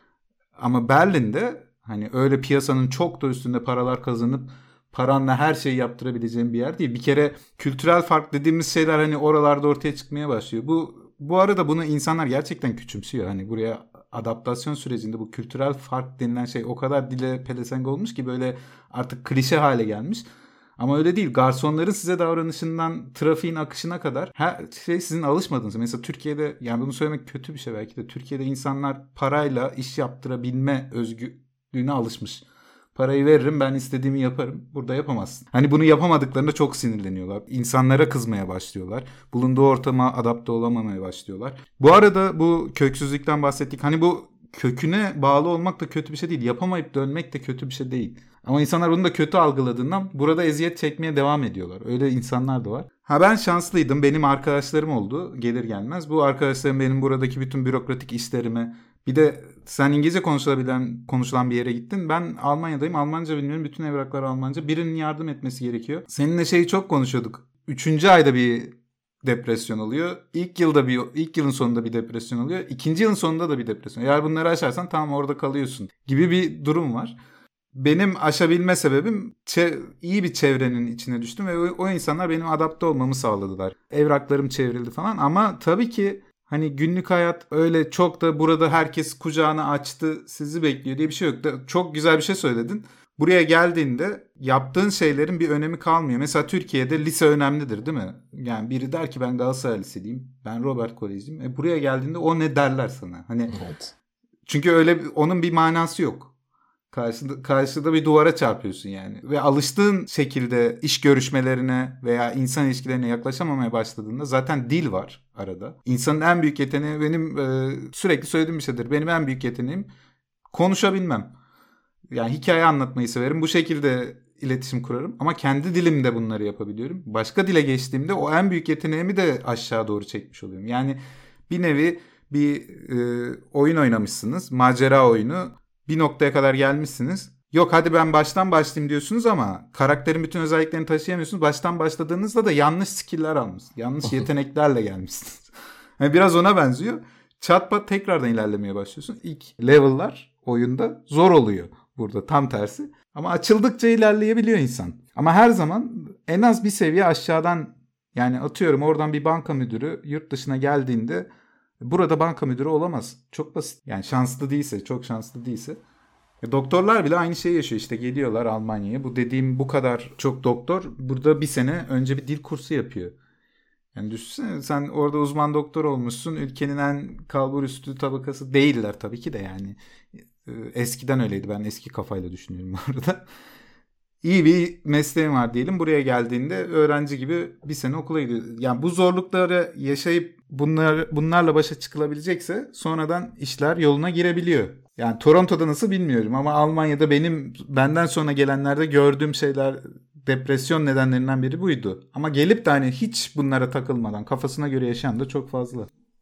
Ama Berlin'de hani öyle piyasanın çok da üstünde paralar kazanıp paranla her şeyi yaptırabileceğim bir yer değil. Bir kere kültürel fark dediğimiz şeyler hani oralarda ortaya çıkmaya başlıyor. Bu bu arada bunu insanlar gerçekten küçümsüyor. Hani buraya adaptasyon sürecinde bu kültürel fark denilen şey o kadar dile pelesenk olmuş ki böyle artık klişe hale gelmiş. Ama öyle değil. Garsonların size davranışından trafiğin akışına kadar her şey sizin alışmadığınız. Mesela Türkiye'de, yani bunu söylemek kötü bir şey belki de, Türkiye'de insanlar parayla iş yaptırabilme özgürlüğüne alışmış. Parayı veririm, ben istediğimi yaparım. Burada yapamazsın. Hani bunu yapamadıklarında çok sinirleniyorlar. İnsanlara kızmaya başlıyorlar. Bulunduğu ortama adapte olamamaya başlıyorlar. Bu arada bu köksüzlükten bahsettik. Hani bu köküne bağlı olmak da kötü bir şey değil. Yapamayıp dönmek de kötü bir şey değil. Ama insanlar bunu da kötü algıladığından burada eziyet çekmeye devam ediyorlar. Öyle insanlar da var. Ha, ben şanslıydım. Benim arkadaşlarım oldu gelir gelmez. Bu arkadaşlarım benim buradaki bütün bürokratik işlerimi, bir de sen İngilizce konuşulabilen, konuşulan bir yere gittin. Ben Almanya'dayım. Almanca bilmiyorum. Bütün evraklar Almanca. Birinin yardım etmesi gerekiyor. Seninle şeyi çok konuşuyorduk. Üçüncü ayda bir depresyon oluyor. İlk yılda bir, ilk yılın sonunda bir depresyon oluyor. İkinci yılın sonunda da bir depresyon. Eğer bunları aşarsan tamam orada kalıyorsun gibi bir durum var. Benim aşabilme sebebim çe- iyi bir çevrenin içine düştüm ve o, o insanlar benim adapte olmamı sağladılar. Evraklarım çevrildi falan ama tabii ki hani günlük hayat öyle çok da burada herkes kucağını açtı sizi bekliyor diye bir şey yok. Çok güzel bir şey söyledin. Buraya geldiğinde yaptığın şeylerin bir önemi kalmıyor. Mesela Türkiye'de lise önemlidir değil mi? Yani biri der ki ben Galatasaray Liseliyim, ben Robert Kolej'iyim. E buraya geldiğinde o ne derler sana? Hani evet. Çünkü öyle onun bir manası yok. Karşıda, karşıda bir duvara çarpıyorsun yani. Ve alıştığın şekilde iş görüşmelerine veya insan ilişkilerine yaklaşamamaya başladığında zaten dil var arada. İnsanın en büyük yeteneği, benim e, sürekli söylediğim bir şeydir. Benim en büyük yeteneğim konuşabilmem. Yani hikaye anlatmayı severim. Bu şekilde iletişim kurarım. Ama kendi dilimde bunları yapabiliyorum. Başka dile geçtiğimde o en büyük yeteneğimi de aşağı doğru çekmiş oluyorum. Yani bir nevi bir e, oyun oynamışsınız. Macera oyunu. Bir noktaya kadar gelmişsiniz. Yok hadi ben baştan başlayayım diyorsunuz ama karakterin bütün özelliklerini taşıyamıyorsunuz. Baştan başladığınızda da yanlış skill'ler almışsınız. Yanlış yeteneklerle gelmişsiniz. Yani biraz ona benziyor. Çatpat tekrardan ilerlemeye başlıyorsun. İlk level'lar oyunda zor oluyor burada, tam tersi. Ama açıldıkça ilerleyebiliyor insan. Ama her zaman en az bir seviye aşağıdan, yani atıyorum oradan bir banka müdürü yurt dışına geldiğinde burada banka müdürü olamaz. Çok basit. Yani şanslı değilse, çok şanslı değilse. E, doktorlar bile aynı şeyi yaşıyor. İşte geliyorlar Almanya'ya. Bu dediğim bu kadar çok doktor burada bir sene önce bir dil kursu yapıyor. Yani düşünsene, sen orada uzman doktor olmuşsun. Ülkenin en kalburüstü tabakası değiller tabii ki de yani. E, eskiden öyleydi. Ben eski kafayla düşünüyorum orada. İyi bir mesleğim var diyelim. Buraya geldiğinde öğrenci gibi bir sene okula gidiyor. Yani bu zorlukları yaşayıp bunlar, bunlarla başa çıkılabilecekse sonradan işler yoluna girebiliyor. Yani Toronto'da nasıl bilmiyorum ama Almanya'da benim benden sonra gelenlerde gördüğüm şeyler, depresyon nedenlerinden biri buydu. Ama gelip de hani hiç bunlara takılmadan kafasına göre yaşayan da çok fazla.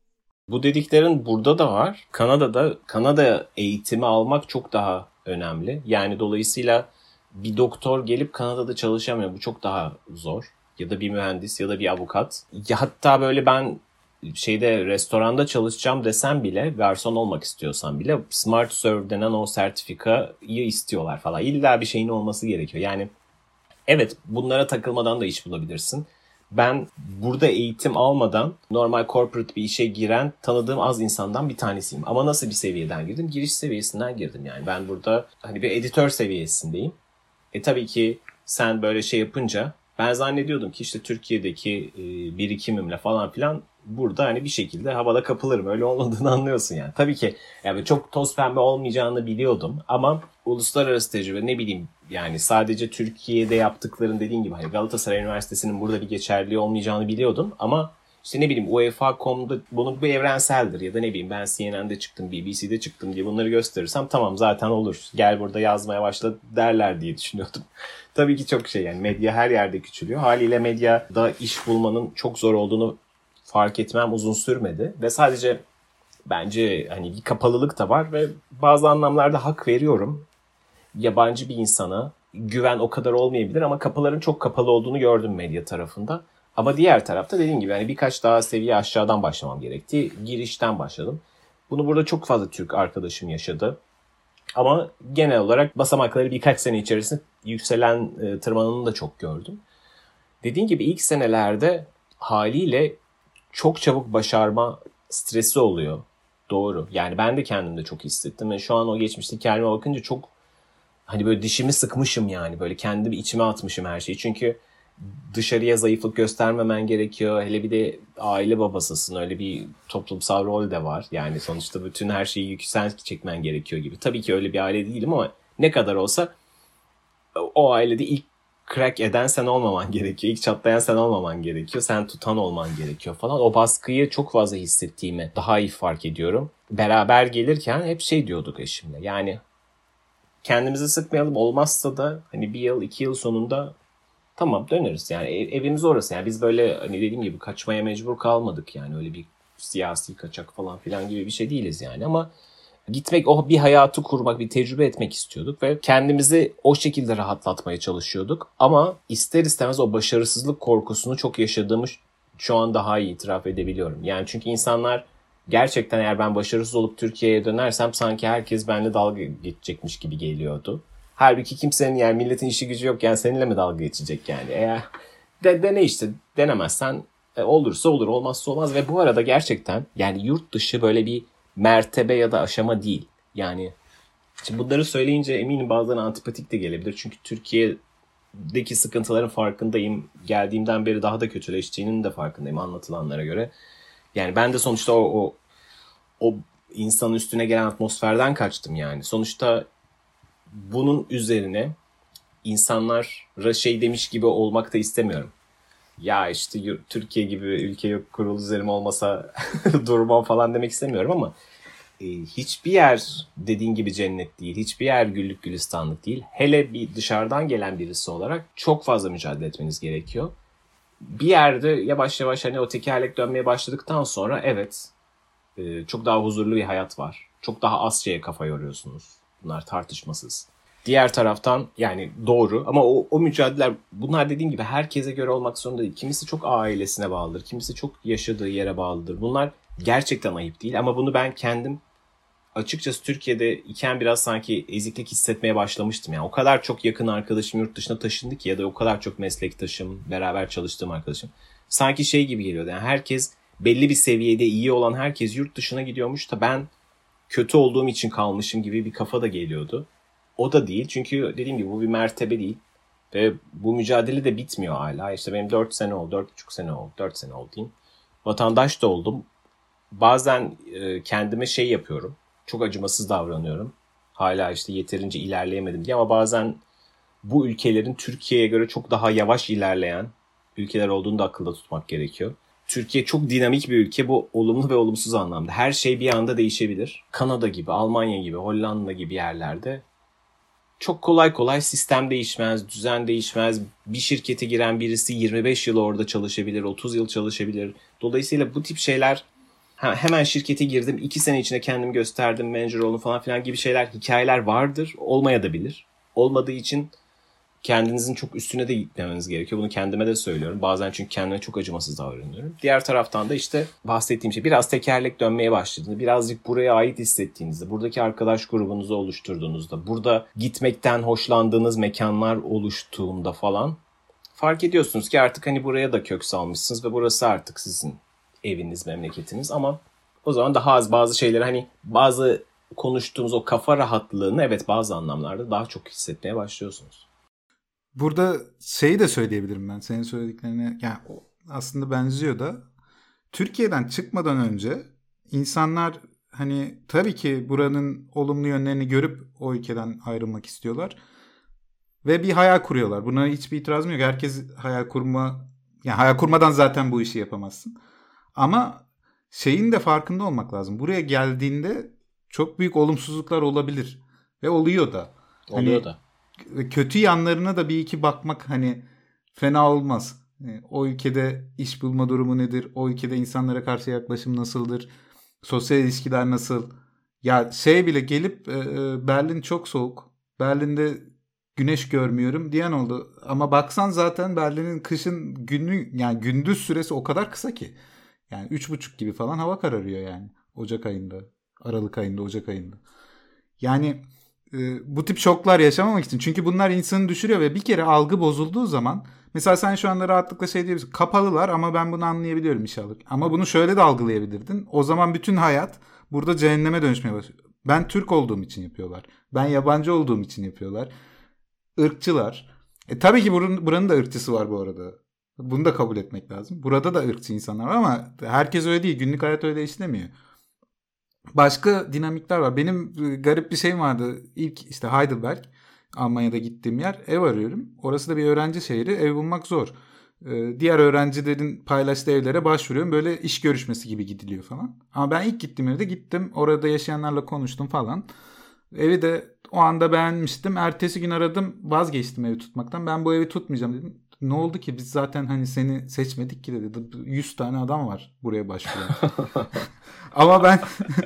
Bu dediklerin burada da var. Kanada'da Kanada eğitimi almak çok daha önemli. Yani dolayısıyla bir doktor gelip Kanada'da çalışamıyor. Bu çok daha zor. Ya da bir mühendis ya da bir avukat. Ya hatta böyle ben şeyde restoranda çalışacağım desem bile, garson olmak istiyorsan bile Smart Serve denen o sertifikayı istiyorlar falan. İlla bir şeyin olması gerekiyor. Yani evet, bunlara takılmadan da iş bulabilirsin. Ben burada eğitim almadan normal corporate bir işe giren tanıdığım az insandan bir tanesiyim. Ama nasıl bir seviyeden girdim? Giriş seviyesinden girdim yani. Ben burada hani bir editör seviyesindeyim. E tabii ki sen böyle şey yapınca ben zannediyordum ki işte Türkiye'deki e, birikimimle falan filan burada hani bir şekilde havada kapılırım. Öyle olmadığını anlıyorsun yani. Tabii ki yani çok toz pembe olmayacağını biliyordum ama uluslararası tecrübe, ne bileyim yani sadece Türkiye'de yaptıkların dediğin gibi hani Galatasaray Üniversitesi'nin burada bir geçerliği olmayacağını biliyordum ama işte ne bileyim UEFA nokta com'da bunu bu evrenseldir ya da ne bileyim ben C N N'de çıktım, B B C'de çıktım diye bunları gösterirsem tamam zaten olur. Gel burada yazmaya başla derler diye düşünüyordum. Tabii ki çok şey yani medya her yerde küçülüyor. Haliyle medyada iş bulmanın çok zor olduğunu fark etmem uzun sürmedi ve sadece bence hani bir kapalılık da var ve bazı anlamlarda hak veriyorum. Yabancı bir insana güven o kadar olmayabilir ama kapıların çok kapalı olduğunu gördüm medya tarafında. Ama diğer tarafta dediğim gibi hani birkaç daha seviye aşağıdan başlamam gerekti. Girişten başladım. Bunu burada çok fazla Türk arkadaşım yaşadı. Ama genel olarak basamakları birkaç sene içerisinde yükselen e, tırmananını da çok gördüm. Dediğim gibi ilk senelerde haliyle çok çabuk başarma stresi oluyor. Doğru. Yani ben de kendimde çok hissettim. Ve şu an o geçmişteki halime bakınca çok hani böyle dişimi sıkmışım yani. Böyle kendimi içime atmışım her şeyi. Çünkü dışarıya zayıflık göstermemen gerekiyor. Hele bir de aile babasısın. Öyle bir toplumsal rol de var. Yani sonuçta bütün her şeyi yükü sen çekmen gerekiyor gibi. Tabii ki öyle bir aile değilim ama ne kadar olsa o ailede ilk crack eden sen olmaman gerekiyor. İlk çatlayan sen olmaman gerekiyor. Sen tutan olman gerekiyor falan. O baskıyı çok fazla hissettiğimi daha iyi fark ediyorum. Beraber gelirken hep şey diyorduk eşimle. Yani kendimizi sıkmayalım. Olmazsa da hani bir yıl, iki yıl sonunda tamam döneriz. Yani ev, evimiz orası. Yani biz böyle hani dediğim gibi kaçmaya mecbur kalmadık. Yani öyle bir siyasi kaçak falan filan gibi bir şey değiliz yani. Ama gitmek, o bir hayatı kurmak, bir tecrübe etmek istiyorduk ve kendimizi o şekilde rahatlatmaya çalışıyorduk. Ama ister istemez o başarısızlık korkusunu çok yaşadığımı şu an daha iyi itiraf edebiliyorum. Yani çünkü insanlar gerçekten eğer ben başarısız olup Türkiye'ye dönersem sanki herkes benimle dalga geçecekmiş gibi geliyordu. Halbuki kimsenin yani milletin işi gücü yokken seninle mi dalga geçecek yani? Eğer de, dene işte denemezsen e, olursa olur, olmazsa olmaz. Ve bu arada gerçekten yani yurt dışı böyle bir mertebe ya da aşama değil. Yani şimdi bunları söyleyince eminim bazılarına antipatik de gelebilir. Çünkü Türkiye'deki sıkıntıların farkındayım. Geldiğimden beri daha da kötüleştiğinin de farkındayım anlatılanlara göre. Yani ben de sonuçta o, o, o insanın üstüne gelen atmosferden kaçtım yani. Sonuçta bunun üzerine insanlara şey demiş gibi olmak da istemiyorum. Ya işte Türkiye gibi ülke yok, kurulu üzerim olmasa durmam falan demek istemiyorum ama e, hiçbir yer dediğin gibi cennet değil. Hiçbir yer güllük gülistanlık değil. Hele bir dışarıdan gelen birisi olarak çok fazla mücadele etmeniz gerekiyor. Bir yerde yavaş yavaş hani o tekerlek dönmeye başladıktan sonra evet e, çok daha huzurlu bir hayat var. Çok daha az şeye kafa yoruyorsunuz. Bunlar tartışmasız. Diğer taraftan yani doğru ama o, o mücadeleler bunlar dediğim gibi herkese göre olmak zorunda değil. Kimisi çok ailesine bağlıdır. Kimisi çok yaşadığı yere bağlıdır. Bunlar gerçekten ayıp değil ama bunu ben kendim açıkçası Türkiye'de iken biraz sanki eziklik hissetmeye başlamıştım. Yani o kadar çok yakın arkadaşım yurt dışına taşındı ki ya da o kadar çok meslektaşım, beraber çalıştığım arkadaşım. Sanki şey gibi geliyordu. Yani herkes belli bir seviyede iyi olan herkes yurt dışına gidiyormuş da ben kötü olduğum için kalmışım gibi bir kafa da geliyordu. O da değil çünkü dediğim gibi bu bir mertebe değil ve bu mücadele de bitmiyor hala. İşte benim dört sene oldu, dört buçuk sene oldu, dört sene oldu diyeyim. Vatandaş da oldum. Bazen e, kendime şey yapıyorum, çok acımasız davranıyorum. Hala işte yeterince ilerleyemedim diye ama bazen bu ülkelerin Türkiye'ye göre çok daha yavaş ilerleyen ülkeler olduğunu da akılda tutmak gerekiyor. Türkiye çok dinamik bir ülke. Bu olumlu ve olumsuz anlamda. Her şey bir anda değişebilir. Kanada gibi, Almanya gibi, Hollanda gibi yerlerde çok kolay kolay sistem değişmez, düzen değişmez. Bir şirkete giren birisi yirmi beş yıl orada çalışabilir, otuz yıl çalışabilir. Dolayısıyla bu tip şeyler, ha, hemen şirkete girdim, iki sene içinde kendimi gösterdim, manager oldum falan filan gibi şeyler, hikayeler vardır. Olmayabilir. Olmadığı için kendinizin çok üstüne de gitmemeniz gerekiyor. Bunu kendime de söylüyorum. Bazen çünkü kendime çok acımasız davranıyorum. Diğer taraftan da işte bahsettiğim şey, biraz tekerlek dönmeye başladığında, birazcık buraya ait hissettiğinizde, buradaki arkadaş grubunuzu oluşturduğunuzda, burada gitmekten hoşlandığınız mekanlar oluştuğunda falan fark ediyorsunuz ki artık hani buraya da kök salmışsınız ve burası artık sizin eviniz, memleketiniz. Ama o zaman daha az bazı şeyleri, hani bazı konuştuğumuz o kafa rahatlığını evet bazı anlamlarda daha çok hissetmeye başlıyorsunuz. Burada şeyi de söyleyebilirim ben senin söylediklerine. Yani aslında benziyor da. Türkiye'den çıkmadan önce insanlar hani tabii ki buranın olumlu yönlerini görüp o ülkeden ayrılmak istiyorlar. Ve bir hayal kuruyorlar. Buna hiçbir itirazım yok. Herkes hayal kurma, yani hayal kurmadan zaten bu işi yapamazsın. Ama şeyin de farkında olmak lazım. Buraya geldiğinde çok büyük olumsuzluklar olabilir. Ve oluyor da. Oluyor hani, da. Kötü yanlarına da bir iki bakmak hani fena olmaz. O ülkede iş bulma durumu nedir? O ülkede insanlara karşı yaklaşım nasıldır? Sosyal ilişkiler nasıl? Ya şey bile gelip Berlin çok soğuk. Berlin'de güneş görmüyorum diyen oldu. Ama baksan zaten Berlin'in kışın günlük, yani gündüz süresi o kadar kısa ki. Yani üç buçuk gibi falan hava kararıyor yani. Ocak ayında, Aralık ayında, Ocak ayında. Yani e, bu tip şoklar yaşamamak için. Çünkü bunlar insanı düşürüyor ve bir kere algı bozulduğu zaman, mesela sen şu anda rahatlıkla şey diyebilirsin. Kapalılar ama ben bunu anlayabiliyorum inşallah. Ama bunu şöyle de algılayabilirdin. O zaman bütün hayat burada cehenneme dönüşmeye başlıyor. Ben Türk olduğum için yapıyorlar. Ben yabancı olduğum için yapıyorlar. Irkçılar. E tabii ki buranın, buranın da ırkçısı var bu arada. Bunu da kabul etmek lazım. Burada da ırkçı insanlar var ama herkes öyle değil. Günlük hayat öyle işlemiyor. Başka dinamikler var. Benim garip bir şeyim vardı. İlk işte Heidelberg, Almanya'da gittiğim yer, ev arıyorum. Orası da bir öğrenci şehri. Ev bulmak zor. Ee, diğer öğrencilerin paylaştığı evlere başvuruyorum. Böyle iş görüşmesi gibi gidiliyor falan. Ama ben ilk gittiğim yerde gittim. Orada yaşayanlarla konuştum falan. Evi de o anda beğenmiştim. Ertesi gün aradım. Vazgeçtim evi tutmaktan. Ben bu evi tutmayacağım dedim. Ne oldu ki? Biz zaten hani seni seçmedik ki dedi. yüz tane adam var buraya başvuran. Ama ben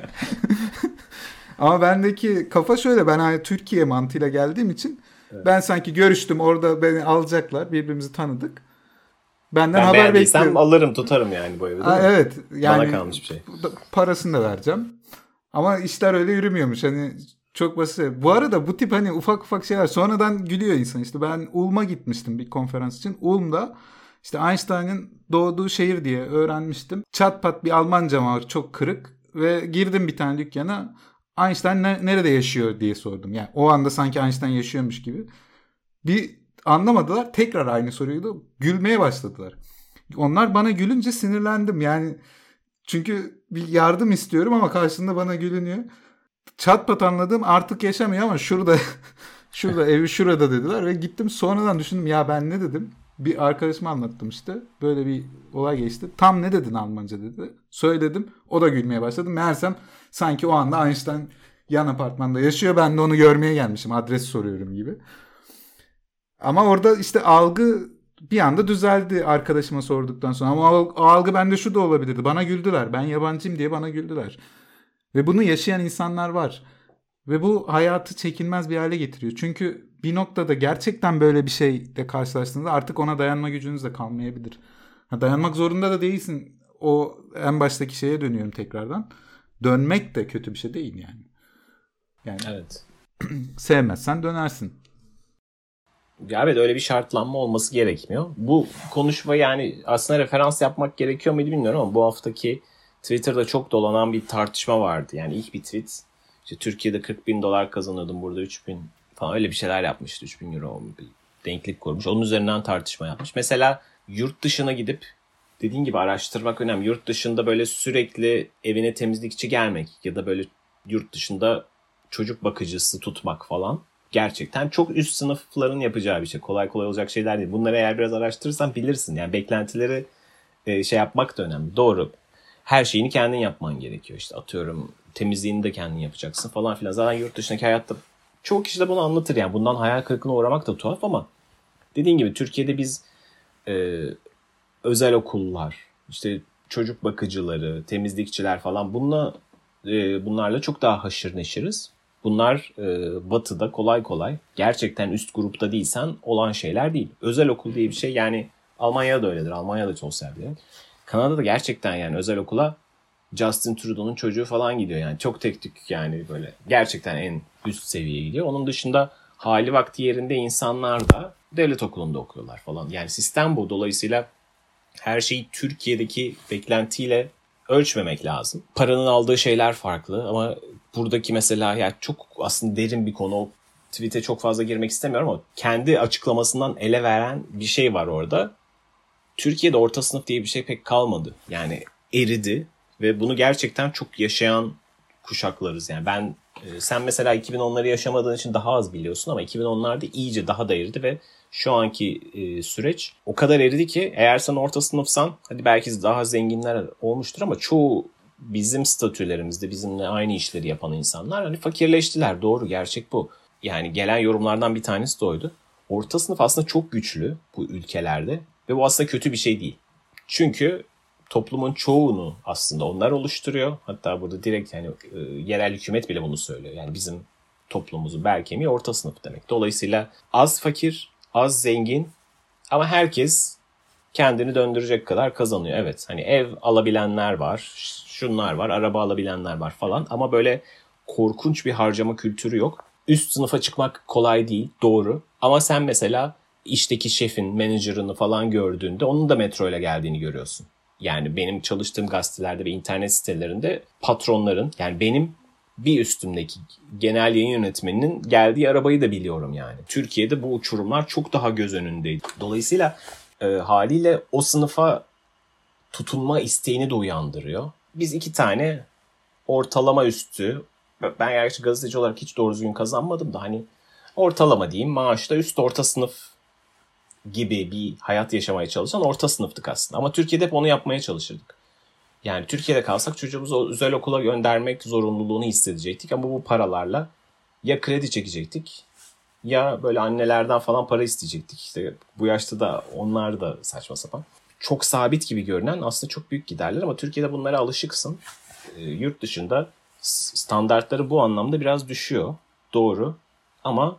ama bendeki kafa şöyle, ben hani Türkiye mantığıyla geldiğim için evet. Ben sanki görüştüm orada, beni alacaklar, birbirimizi tanıdık. Benden ben haber bekliyorum. Alırım tutarım yani bu evi değil Aa, mi? evet. Yani bana kalmış bir şey. Parasını da vereceğim. Ama işler öyle yürümüyormuş. Hani çok basit. Bu arada bu tip hani ufak ufak şeyler sonradan gülüyor insan. İşte ben Ulm'a gitmiştim bir konferans için. Ulm'da işte Einstein'ın doğduğu şehir diye öğrenmiştim. Çat pat bir Almancam var, çok kırık, ve girdim bir tane dükkana. Einstein ne, nerede yaşıyor diye sordum. Yani o anda sanki Einstein yaşıyormuş gibi. Bir anlamadılar. Tekrar aynı soruydu. Gülmeye başladılar. Onlar bana gülünce sinirlendim. Yani çünkü bir yardım istiyorum ama karşısında bana gülünüyor. Çat pat anladım, artık yaşamıyor ama şurada şurada evi şurada dediler ve gittim. Sonradan düşündüm, ya ben ne dedim? Bir arkadaşıma anlattım işte. Böyle bir olay geçti. Tam ne dedin Almanca dedi. Söyledim. O da gülmeye başladı. Meğersem sanki o anda Einstein yan apartmanda yaşıyor. Ben de onu görmeye gelmişim. Adres soruyorum gibi. Ama orada işte algı bir anda düzeldi arkadaşıma sorduktan sonra. Ama o algı bende şu da olabilirdi. Bana güldüler. Ben yabancıyım diye bana güldüler. Ve bunu yaşayan insanlar var. Ve bu hayatı çekilmez bir hale getiriyor. Çünkü bir noktada gerçekten böyle bir şeyle karşılaştığınızda artık ona dayanma gücünüz de kalmayabilir. Ha, dayanmak zorunda da değilsin. O en baştaki şeye dönüyorum tekrardan. Dönmek de kötü bir şey değil yani. Yani evet. Sevmezsen dönersin. Ya evet, öyle bir şartlanma olması gerekmiyor. Bu konuşma yani aslında referans yapmak gerekiyor muydu bilmiyorum ama bu haftaki Twitter'da çok dolanan bir tartışma vardı. Yani ilk bir tweet, işte Türkiye'de kırk bin dolar kazanıyordum, burada üç bin falan, öyle bir şeyler yapmıştı. üç bin euro bir denklik kurmuş. Onun üzerinden tartışma yapmış. Mesela yurt dışına gidip dediğin gibi araştırmak önemli. Yurt dışında böyle sürekli evine temizlikçi gelmek ya da böyle yurt dışında çocuk bakıcısı tutmak falan gerçekten çok üst sınıfların yapacağı bir şey. Kolay kolay olacak şeyler değil. Bunları eğer biraz araştırırsan bilirsin. Yani beklentileri e, şey yapmak da önemli. Doğru. Her şeyini kendin yapman gerekiyor. İşte atıyorum temizliğini de kendin yapacaksın falan filan. Zaten yurt dışındaki hayatta çoğu kişi de bunu anlatır yani. Bundan hayal kırıklığına uğramak da tuhaf ama dediğin gibi Türkiye'de biz e, özel okullar, işte çocuk bakıcıları, temizlikçiler falan bununla e, bunlarla çok daha haşır neşiriz. Bunlar e, batıda kolay kolay gerçekten üst grupta değilsen olan şeyler değil. Özel okul diye bir şey yani Almanya'da da öyledir. Almanya'da sosyal bir yer. Kanada'da gerçekten yani özel okula Justin Trudeau'nun çocuğu falan gidiyor yani. Çok tek tük yani böyle gerçekten en üst seviyeye gidiyor. Onun dışında hali vakti yerinde insanlar da devlet okulunda okuyorlar falan. Yani sistem bu. Dolayısıyla her şeyi Türkiye'deki beklentiyle ölçmemek lazım. Paranın aldığı şeyler farklı ama buradaki mesela yani çok aslında derin bir konu. O tweet'e çok fazla girmek istemiyorum ama kendi açıklamasından ele veren bir şey var orada. Türkiye'de orta sınıf diye bir şey pek kalmadı. Yani eridi ve bunu gerçekten çok yaşayan kuşaklarız. Yani ben sen mesela iki bin onları yaşamadığın için daha az biliyorsun ama iki bin onlarda iyice daha da eridi ve şu anki e, süreç o kadar eridi ki eğer sen orta sınıfsan hadi belki daha zenginler olmuştur ama çoğu bizim statülerimizde bizimle aynı işleri yapan insanlar hani fakirleştiler. Doğru, gerçek bu. Yani gelen yorumlardan bir tanesi de oydu. Orta sınıf aslında çok güçlü bu ülkelerde ve bu aslında kötü bir şey değil. Çünkü toplumun çoğunu aslında onlar oluşturuyor. Hatta burada direkt yani e, yerel hükümet bile bunu söylüyor. Yani bizim toplumumuzun bel kemiği orta sınıf demek. Dolayısıyla az fakir, az zengin ama herkes kendini döndürecek kadar kazanıyor. Evet hani ev alabilenler var, şunlar var, araba alabilenler var falan ama böyle korkunç bir harcama kültürü yok. Üst sınıfa çıkmak kolay değil, doğru. Ama sen mesela işteki şefin, menajerını falan gördüğünde onun da metro ile geldiğini görüyorsun. Yani benim çalıştığım gazetelerde ve internet sitelerinde patronların yani benim bir üstümdeki genel yayın yönetmeninin geldiği arabayı da biliyorum yani. Türkiye'de bu uçurumlar çok daha göz önündeydi. Dolayısıyla e, haliyle o sınıfa tutunma isteğini de uyandırıyor. Biz iki tane ortalama üstü, ben gerçi gazeteci olarak hiç doğru düzgün kazanmadım da hani ortalama diyeyim maaşta üst orta sınıf gibi bir hayat yaşamaya çalışan orta sınıftık aslında. Ama Türkiye'de hep onu yapmaya çalışırdık. Yani Türkiye'de kalsak çocuğumuzu özel okula göndermek zorunluluğunu hissedecektik. Ama bu paralarla ya kredi çekecektik ya böyle annelerden falan para isteyecektik. İşte bu yaşta da onlar da saçma sapan. Çok sabit gibi görünen aslında çok büyük giderler ama Türkiye'de bunlara alışıksın. E, yurt dışında standartları bu anlamda biraz düşüyor. Doğru. Ama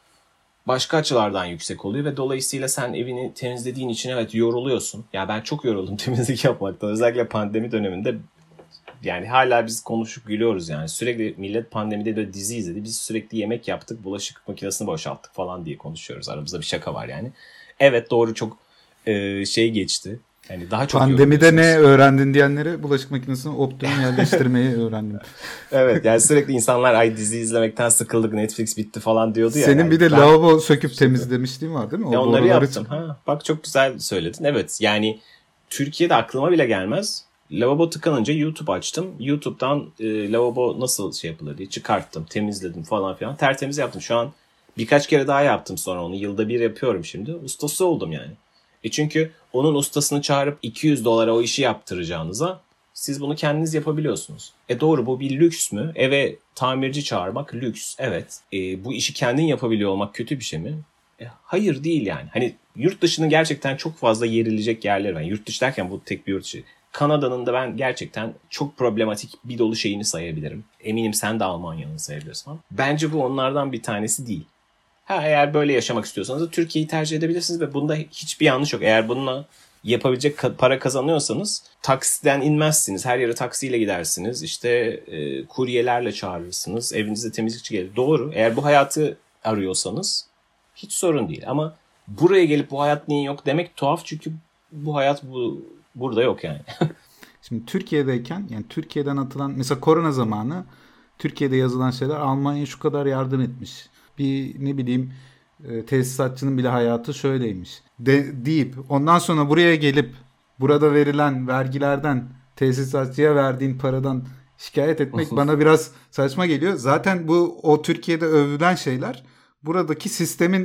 başka açılardan yüksek oluyor ve dolayısıyla sen evini temizlediğin için evet yoruluyorsun. Ya ben çok yoruldum temizlik yapmaktan. Özellikle pandemi döneminde yani hala biz konuşup gülüyoruz yani. Sürekli millet pandemide de dizi izledi. Biz sürekli yemek yaptık, bulaşık makinesini boşalttık falan diye konuşuyoruz. Aramızda bir şaka var yani. Evet doğru çok e, şey geçti. Yani daha çok pandemide ne öğrendin diyenlere bulaşık makinesini optimum yerleştirmeyi öğrendim. Evet yani sürekli insanlar ay dizi izlemekten sıkıldık, Netflix bitti falan diyordu ya. Senin yani bir de ben... lavabo söküp temizlemişliğin var değil mi? O ya onları boruları... yaptım. Ha, bak çok güzel söyledin. Evet yani Türkiye'de aklıma bile gelmez. Lavabo tıkanınca YouTube açtım. YouTube'dan e, lavabo nasıl şey yapılır diye çıkarttım, temizledim falan filan. Tertemiz yaptım. Şu an birkaç kere daha yaptım sonra onu. Yılda bir yapıyorum şimdi. Ustası oldum yani. E çünkü onun ustasını çağırıp iki yüz dolara o işi yaptıracağınıza siz bunu kendiniz yapabiliyorsunuz. E doğru bu bir lüks mü? Eve tamirci çağırmak lüks. Evet. E, bu işi kendin yapabiliyor olmak kötü bir şey mi? E, hayır değil yani. Hani yurt dışının gerçekten çok fazla yerilecek yerleri var. Yurt dışı derken bu tek bir yurt dışı. Kanada'nın da ben gerçekten çok problematik bir dolu şeyini sayabilirim. Eminim sen de Almanya'nın sayabilirsin. Bence bu onlardan bir tanesi değil. Ha eğer böyle yaşamak istiyorsanız da Türkiye'yi tercih edebilirsiniz ve bunda hiçbir yanlış yok. Eğer bununla yapabilecek para kazanıyorsanız taksiden inmezsiniz. Her yere taksiyle gidersiniz. İşte e, kuryelerle çağırırsınız. Evinizde temizlikçi gelir. Doğru. Eğer bu hayatı arıyorsanız hiç sorun değil. Ama buraya gelip bu hayat niye yok demek tuhaf çünkü bu hayat bu burada yok yani. Şimdi Türkiye'deyken yani Türkiye'den atılan mesela korona zamanı Türkiye'de yazılan şeyler Almanya şu kadar yardım etmiş. Bir ne bileyim tesisatçının bile hayatı şöyleymiş de, deyip ondan sonra buraya gelip burada verilen vergilerden tesisatçıya verdiğin paradan şikayet etmek bana biraz saçma geliyor. Zaten bu o Türkiye'de övülen şeyler buradaki sistemin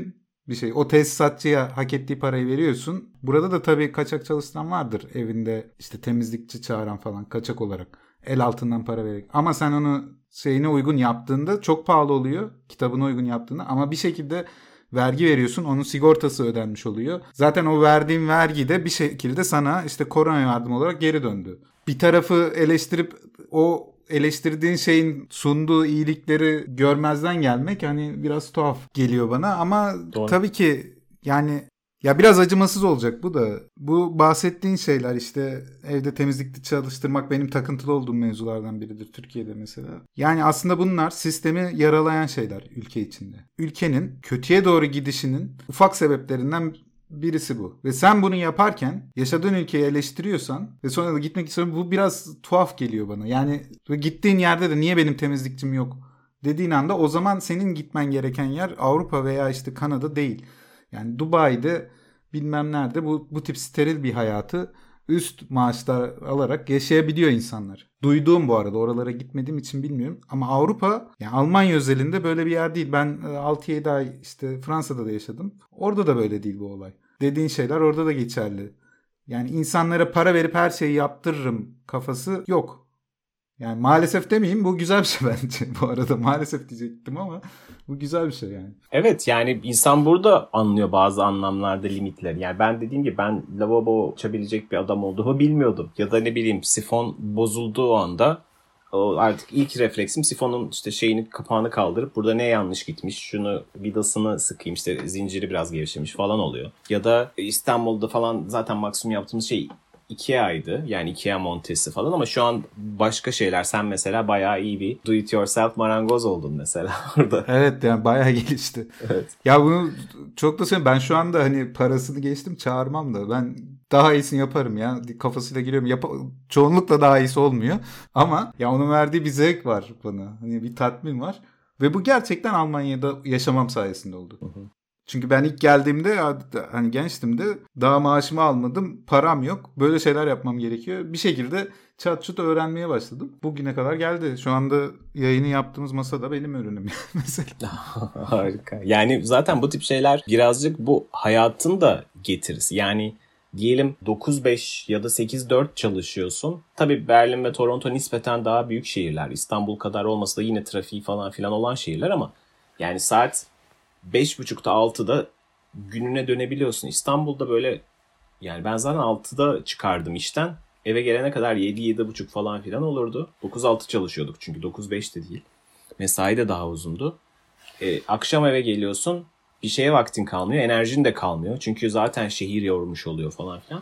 bir şey. O tesisatçıya hak ettiği parayı veriyorsun. Burada da tabii kaçak çalıştıran vardır. Evinde işte temizlikçi çağıran falan kaçak olarak. El altından para vererek. Ama sen onu şeyine uygun yaptığında çok pahalı oluyor. Kitabına uygun yaptığında. Ama bir şekilde vergi veriyorsun. Onun sigortası ödenmiş oluyor. Zaten o verdiğin vergi de bir şekilde sana işte korona yardımı olarak geri döndü. Bir tarafı eleştirip o eleştirdiğin şeyin sunduğu iyilikleri görmezden gelmek hani biraz tuhaf geliyor bana ama Doğru. Tabii ki yani ya biraz acımasız olacak bu da. Bu bahsettiğin şeyler işte evde temizlikte çalıştırmak benim takıntılı olduğum mevzulardan biridir Türkiye'de mesela. Yani aslında bunlar sistemi yaralayan şeyler ülke içinde. Ülkenin kötüye doğru gidişinin ufak sebeplerinden birisi bu. Ve sen bunu yaparken yaşadığın ülkeyi eleştiriyorsan ve sonra da gitmek istiyorum bu biraz tuhaf geliyor bana. Yani gittiğin yerde de niye benim temizlikçim yok dediğin anda o zaman senin gitmen gereken yer Avrupa veya işte Kanada değil. Yani Dubai'de bilmem nerede bu, bu tip steril bir hayatı üst maaşlar alarak yaşayabiliyor insanlar. Duyduğum bu arada oralara gitmediğim için bilmiyorum. Ama Avrupa yani Almanya özelinde böyle bir yer değil. Ben altı yedi ay işte Fransa'da da yaşadım. Orada da böyle değil bu olay. Dediğin şeyler orada da geçerli. Yani insanlara para verip her şeyi yaptırırım kafası yok. Yani maalesef demeyeyim bu güzel bir şey bence. Bu arada maalesef diyecektim ama bu güzel bir şey yani. Evet yani insan burada anlıyor bazı anlamlarda limitleri. Yani ben dediğim gibi ben lavabo açabilecek bir adam olduğumu bilmiyordum. Ya da ne bileyim sifon bozulduğu anda o artık ilk refleksim sifonun işte şeyini kapağını kaldırıp burada ne yanlış gitmiş şunu vidasını sıkayım işte zinciri biraz gevşemiş falan oluyor. Ya da İstanbul'da falan zaten maksimum yaptığımız şey Ikea'ydı. Yani Ikea montesi falan ama şu an başka şeyler. Sen mesela bayağı iyi bir do it yourself marangoz oldun mesela orada. Evet yani bayağı gelişti. Evet. Ya bunu çok da söyleyeyim. Ben şu anda hani parasını geçtim çağırmam da ben daha iyisini yaparım ya. Kafasıyla giriyorum. Yap- Çoğunlukla daha iyisi olmuyor. Ama ya onun verdiği bir zevk var bana. Hani bir tatmin var. Ve bu gerçekten Almanya'da yaşamam sayesinde oldu. Hı hı. Çünkü ben ilk geldiğimde hani gençtim de daha maaşımı almadım. Param yok. Böyle şeyler yapmam gerekiyor. Bir şekilde çat çut öğrenmeye başladım. Bugüne kadar geldi. Şu anda yayını yaptığımız masa da benim ürünüm mesela. Harika. Yani zaten bu tip şeyler birazcık bu hayatın da getirisi. Yani diyelim dokuz beş ya da sekiz dört çalışıyorsun. Tabii Berlin ve Toronto nispeten daha büyük şehirler. İstanbul kadar olmasa da yine trafiği falan filan olan şehirler ama yani saat beş buçukta altıda gününe dönebiliyorsun. İstanbul'da böyle yani ben zaten altıda çıkardım işten. Eve gelene kadar yedi yedi buçuk falan filan olurdu. dokuz altı çalışıyorduk çünkü dokuz beş de değil. Mesai de daha uzundu. Ee, akşam eve geliyorsun. Bir şeye vaktin kalmıyor. Enerjin de kalmıyor. Çünkü zaten şehir yormuş oluyor falan filan.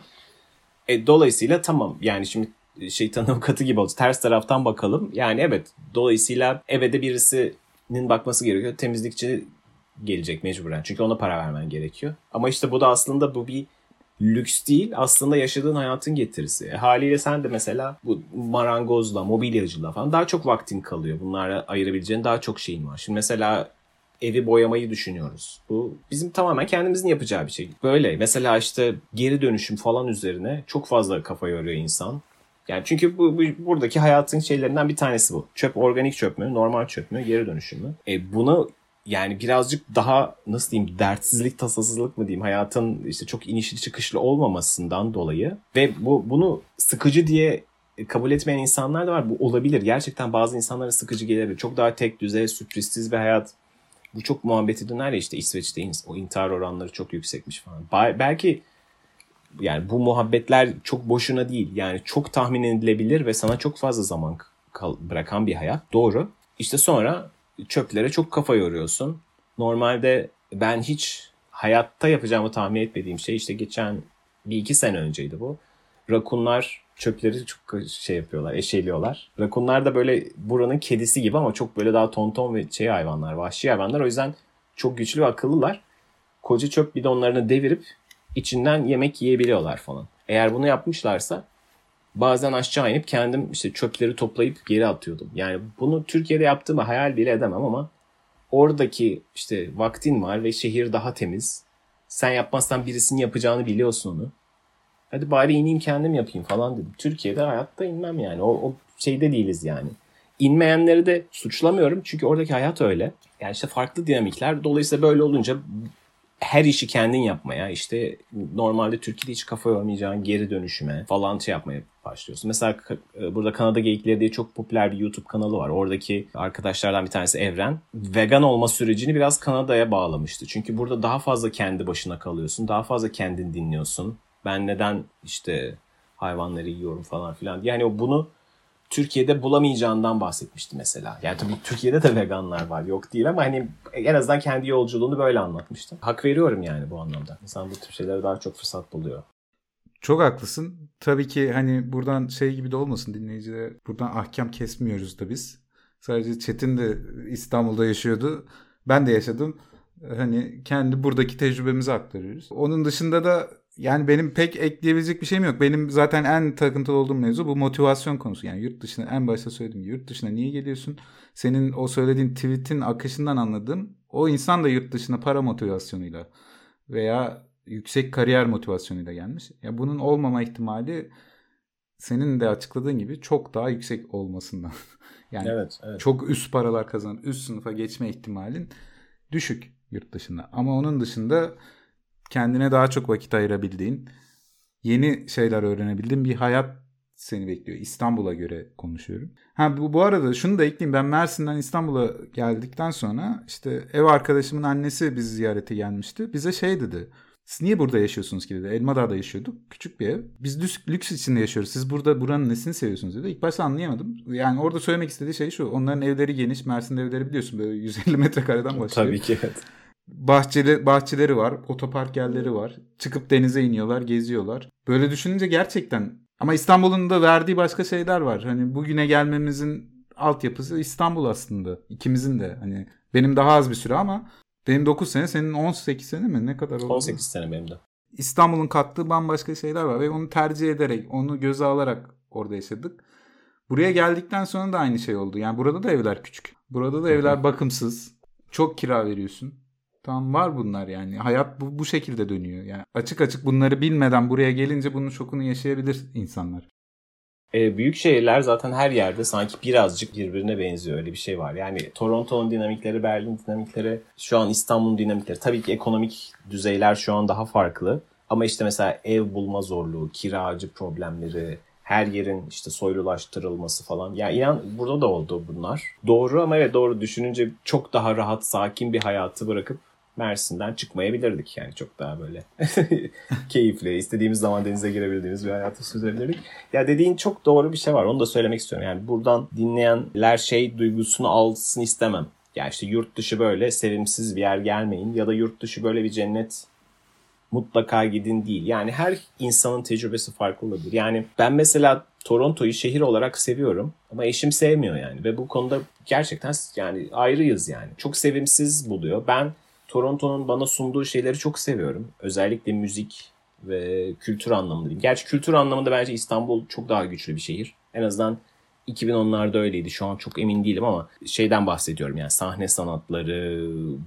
E, dolayısıyla tamam yani şimdi şeytan avukatı gibi oldu. Ters taraftan bakalım. Yani evet dolayısıyla eve de birisinin bakması gerekiyor. Temizlikçi gelecek mecburen. Çünkü ona para vermen gerekiyor. Ama işte bu da aslında bu bir lüks değil. Aslında yaşadığın hayatın getirisi. E, haliyle sen de mesela bu marangozla, mobilyacılığa falan daha çok vaktin kalıyor. Bunlara ayırabileceğin daha çok şeyin var. Şimdi mesela evi boyamayı düşünüyoruz. Bu bizim tamamen kendimizin yapacağı bir şey. Böyle mesela işte geri dönüşüm falan üzerine çok fazla kafa yoruyor insan. Yani çünkü bu, bu buradaki hayatın şeylerinden bir tanesi bu. Çöp organik çöp mü, normal çöp mü, geri dönüşüm mü? E bunu yani birazcık daha nasıl diyeyim dertsizlik, tasasızlık mı diyeyim hayatın işte çok inişli çıkışlı olmamasından dolayı ve bu bunu sıkıcı diye kabul etmeyen insanlar da var. Bu olabilir. Gerçekten bazı insanlara sıkıcı gelebilir. Çok daha tek düzey, sürprizsiz bir hayat. Bu çok muhabbeti döner ya işte İsveç'te o intihar oranları çok yüksekmiş falan. Belki yani bu muhabbetler çok boşuna değil. Yani çok tahmin edilebilir ve sana çok fazla zaman bırakan bir hayat. Doğru. İşte sonra çöplere çok kafa yoruyorsun. Normalde ben hiç hayatta yapacağımı tahmin etmediğim şey işte geçen bir iki sene önceydi bu. Rakunlar çöpleri çok şey yapıyorlar, eşeliyorlar. Rakunlar da böyle buranın kedisi gibi ama çok böyle daha tonton ve şey hayvanlar, vahşi hayvanlar. O yüzden çok güçlü ve akıllılar. Koca çöp bidonlarını devirip içinden yemek yiyebiliyorlar falan. Eğer bunu yapmışlarsa bazen aşağı inip kendim işte çöpleri toplayıp geri atıyordum. Yani bunu Türkiye'de yaptığımı hayal bile edemem ama oradaki işte vaktin var ve şehir daha temiz. Sen yapmazsan birisinin yapacağını biliyorsun onu. Hadi bari ineyim kendim yapayım falan dedim. Türkiye'de hayatta inmem yani. O, o şeyde değiliz yani. İnmeyenleri de suçlamıyorum çünkü oradaki hayat öyle. Yani işte farklı dinamikler. Dolayısıyla böyle olunca her işi kendin yapmaya, işte normalde Türkiye'de hiç kafa yormayacağın geri dönüşüme falan şey yapmaya başlıyorsun. Mesela burada Kanada Geyikleri diye çok popüler bir YouTube kanalı var. Oradaki arkadaşlardan bir tanesi Evren. Vegan olma sürecini biraz Kanada'ya bağlamıştı. Çünkü burada daha fazla kendi başına kalıyorsun. Daha fazla kendin dinliyorsun. Ben neden işte hayvanları yiyorum falan filan. Yani bunu Türkiye'de bulamayacağından bahsetmişti mesela. Yani tabii Türkiye'de de veganlar var, yok değil, ama hani en azından kendi yolculuğunu böyle anlatmıştı. Hak veriyorum yani bu anlamda. İnsan bu tür şeylere daha çok fırsat buluyor. Çok haklısın. Tabii ki hani buradan şey gibi de olmasın dinleyicilere. Buradan ahkam kesmiyoruz da biz. Sadece Çetin de İstanbul'da yaşıyordu. Ben de yaşadım. Hani kendi buradaki tecrübemizi aktarıyoruz. Onun dışında da yani benim pek ekleyebilecek bir şeyim yok. Benim zaten en takıntılı olduğum mevzu bu motivasyon konusu. Yani yurt dışına, en başta söylediğim gibi, yurt dışına niye geliyorsun? Senin o söylediğin tweet'in akışından anladığım, o insan da yurt dışına para motivasyonuyla veya yüksek kariyer motivasyonuyla gelmiş. Ya bunun olmama ihtimali senin de açıkladığın gibi çok daha yüksek olmasından. Yani evet, evet. Çok üst paralar kazanıp üst sınıfa geçme ihtimalin düşük yurt dışında. Ama onun dışında kendine daha çok vakit ayırabildiğin, yeni şeyler öğrenebildiğin bir hayat seni bekliyor. İstanbul'a göre konuşuyorum. Ha bu, bu arada şunu da ekleyeyim. Ben Mersin'den İstanbul'a geldikten sonra işte ev arkadaşımın annesi bizi ziyarete gelmişti. Bize şey dedi. Siz niye burada yaşıyorsunuz ki dedi. Elmadağ'da yaşıyorduk. Küçük bir ev. Biz lüks, lüks içinde yaşıyoruz. Siz burada buranın nesini seviyorsunuz dedi. İlk başta anlayamadım. Yani orada söylemek istediği şey şu. Onların evleri geniş. Mersin'de evleri biliyorsun böyle yüz elli metrekareden başlıyor. Tabii ki evet. Bahçeli, bahçeleri var. Otopark yerleri var. Çıkıp denize iniyorlar. Geziyorlar. Böyle düşününce gerçekten. Ama İstanbul'un da verdiği başka şeyler var. Hani bugüne gelmemizin altyapısı İstanbul aslında. İkimizin de. Hani benim daha az bir süre ama benim dokuz sene, senin on sekiz sene mi? Ne kadar oldu? on sekiz sene benim de. İstanbul'un kattığı bambaşka şeyler var ve onu tercih ederek, onu göze alarak orada yaşadık. Buraya geldikten sonra da aynı şey oldu. Yani burada da evler küçük. Burada da evler bakımsız. Çok kira veriyorsun. Tamam, var bunlar yani. Hayat bu, bu şekilde dönüyor. Yani açık açık bunları bilmeden buraya gelince bunun şokunu yaşayabilir insanlar. E, büyük şehirler zaten her yerde sanki birazcık birbirine benziyor. Öyle bir şey var. Yani Toronto'nun dinamikleri, Berlin dinamikleri, şu an İstanbul'un dinamikleri. Tabii ki ekonomik düzeyler şu an daha farklı. Ama işte mesela ev bulma zorluğu, kiracı problemleri, her yerin işte soylulaştırılması falan. Yani inan burada da oldu bunlar. Doğru, ama evet, doğru düşününce çok daha rahat, sakin bir hayatı bırakıp Mersin'den çıkmayabilirdik. Yani çok daha böyle keyifli, istediğimiz zaman denize girebildiğimiz bir hayatı sürdürebilirdik. Ya dediğin çok doğru bir şey var. Onu da söylemek istiyorum. Yani buradan dinleyenler şey duygusunu alsın istemem. Ya işte yurt dışı böyle sevimsiz bir yer, gelmeyin. Ya da yurt dışı böyle bir cennet, mutlaka gidin değil. Yani her insanın tecrübesi farklı olabilir. Yani ben mesela Toronto'yu şehir olarak seviyorum ama eşim sevmiyor yani. Ve bu konuda gerçekten yani ayrıyız yani. Çok sevimsiz buluyor. Ben Toronto'nun bana sunduğu şeyleri çok seviyorum. Özellikle müzik ve kültür anlamında diyeyim. Gerçi kültür anlamında bence İstanbul çok daha güçlü bir şehir. En azından iki bin onlarda öyleydi. Şu an çok emin değilim ama şeyden bahsediyorum. Yani sahne sanatları,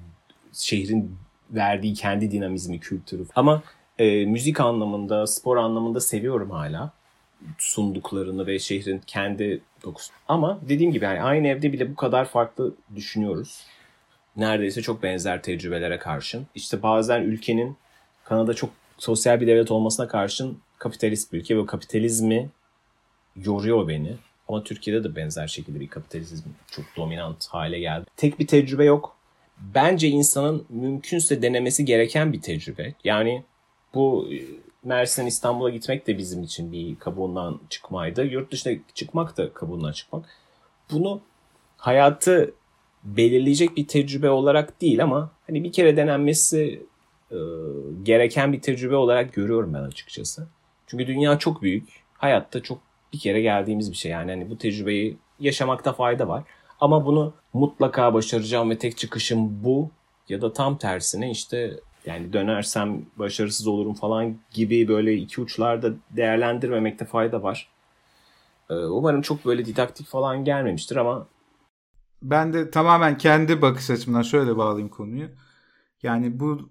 şehrin verdiği kendi dinamizmi, kültürü. Ama e, müzik anlamında, spor anlamında seviyorum hala sunduklarını ve şehrin kendi dokusu. Ama dediğim gibi yani aynı evde bile bu kadar farklı düşünüyoruz. Neredeyse çok benzer tecrübelere karşın. İşte bazen ülkenin, Kanada çok sosyal bir devlet olmasına karşın kapitalist bir ülke ve kapitalizmi yoruyor beni. Ama Türkiye'de de benzer şekilde bir kapitalizm çok dominant hale geldi. Tek bir tecrübe yok. Bence insanın mümkünse denemesi gereken bir tecrübe. Yani bu Mersin'den İstanbul'a gitmek de bizim için bir kabuğundan çıkmaydı. Yurt dışına çıkmak da kabuğundan çıkmak. Bunu hayatı belirleyecek bir tecrübe olarak değil ama hani bir kere denenmesi e, gereken bir tecrübe olarak görüyorum ben açıkçası. Çünkü dünya çok büyük. Hayatta çok bir kere geldiğimiz bir şey. Yani hani bu tecrübeyi yaşamakta fayda var. Ama bunu mutlaka başaracağım ve tek çıkışım bu ya da tam tersine işte yani dönersem başarısız olurum falan gibi böyle iki uçlarda değerlendirmemekte fayda var. Umarım çok böyle didaktik falan gelmemiştir ama ben de tamamen kendi bakış açımdan şöyle bağlayayım konuyu. Yani bu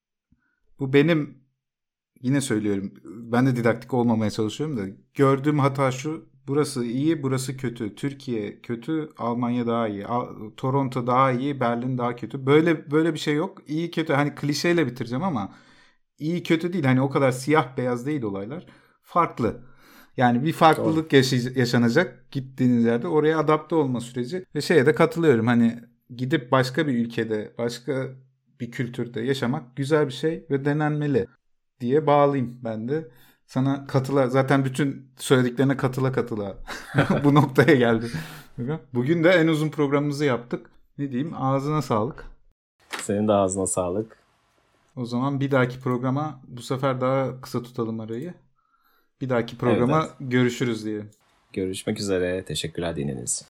bu benim, yine söylüyorum, ben de didaktik olmamaya çalışıyorum da gördüğüm hata şu: Burası iyi, burası kötü. Türkiye kötü, Almanya daha iyi. Al- Toronto daha iyi, Berlin daha kötü. Böyle böyle bir şey yok. İyi kötü hani klişeyle bitireceğim ama iyi kötü değil. Hani o kadar siyah beyaz değil olaylar. Farklı. Yani bir Doğru. farklılık yaşay- yaşanacak gittiğiniz yerde, oraya adapte olma süreci ve şeye de katılıyorum. Hani gidip başka bir ülkede, başka bir kültürde yaşamak güzel bir şey ve denenmeli diye bağlayayım ben de. Sana katıla, zaten bütün söylediklerine katıla katıla bu noktaya geldi. Bugün de en uzun programımızı yaptık. Ne diyeyim? Ağzına sağlık. Senin de ağzına sağlık. O zaman bir dahaki programa bu sefer daha kısa tutalım arayı. Bir dahaki Evet, programa evet. görüşürüz diye. Görüşmek üzere. Teşekkürler dinlediğiniz için.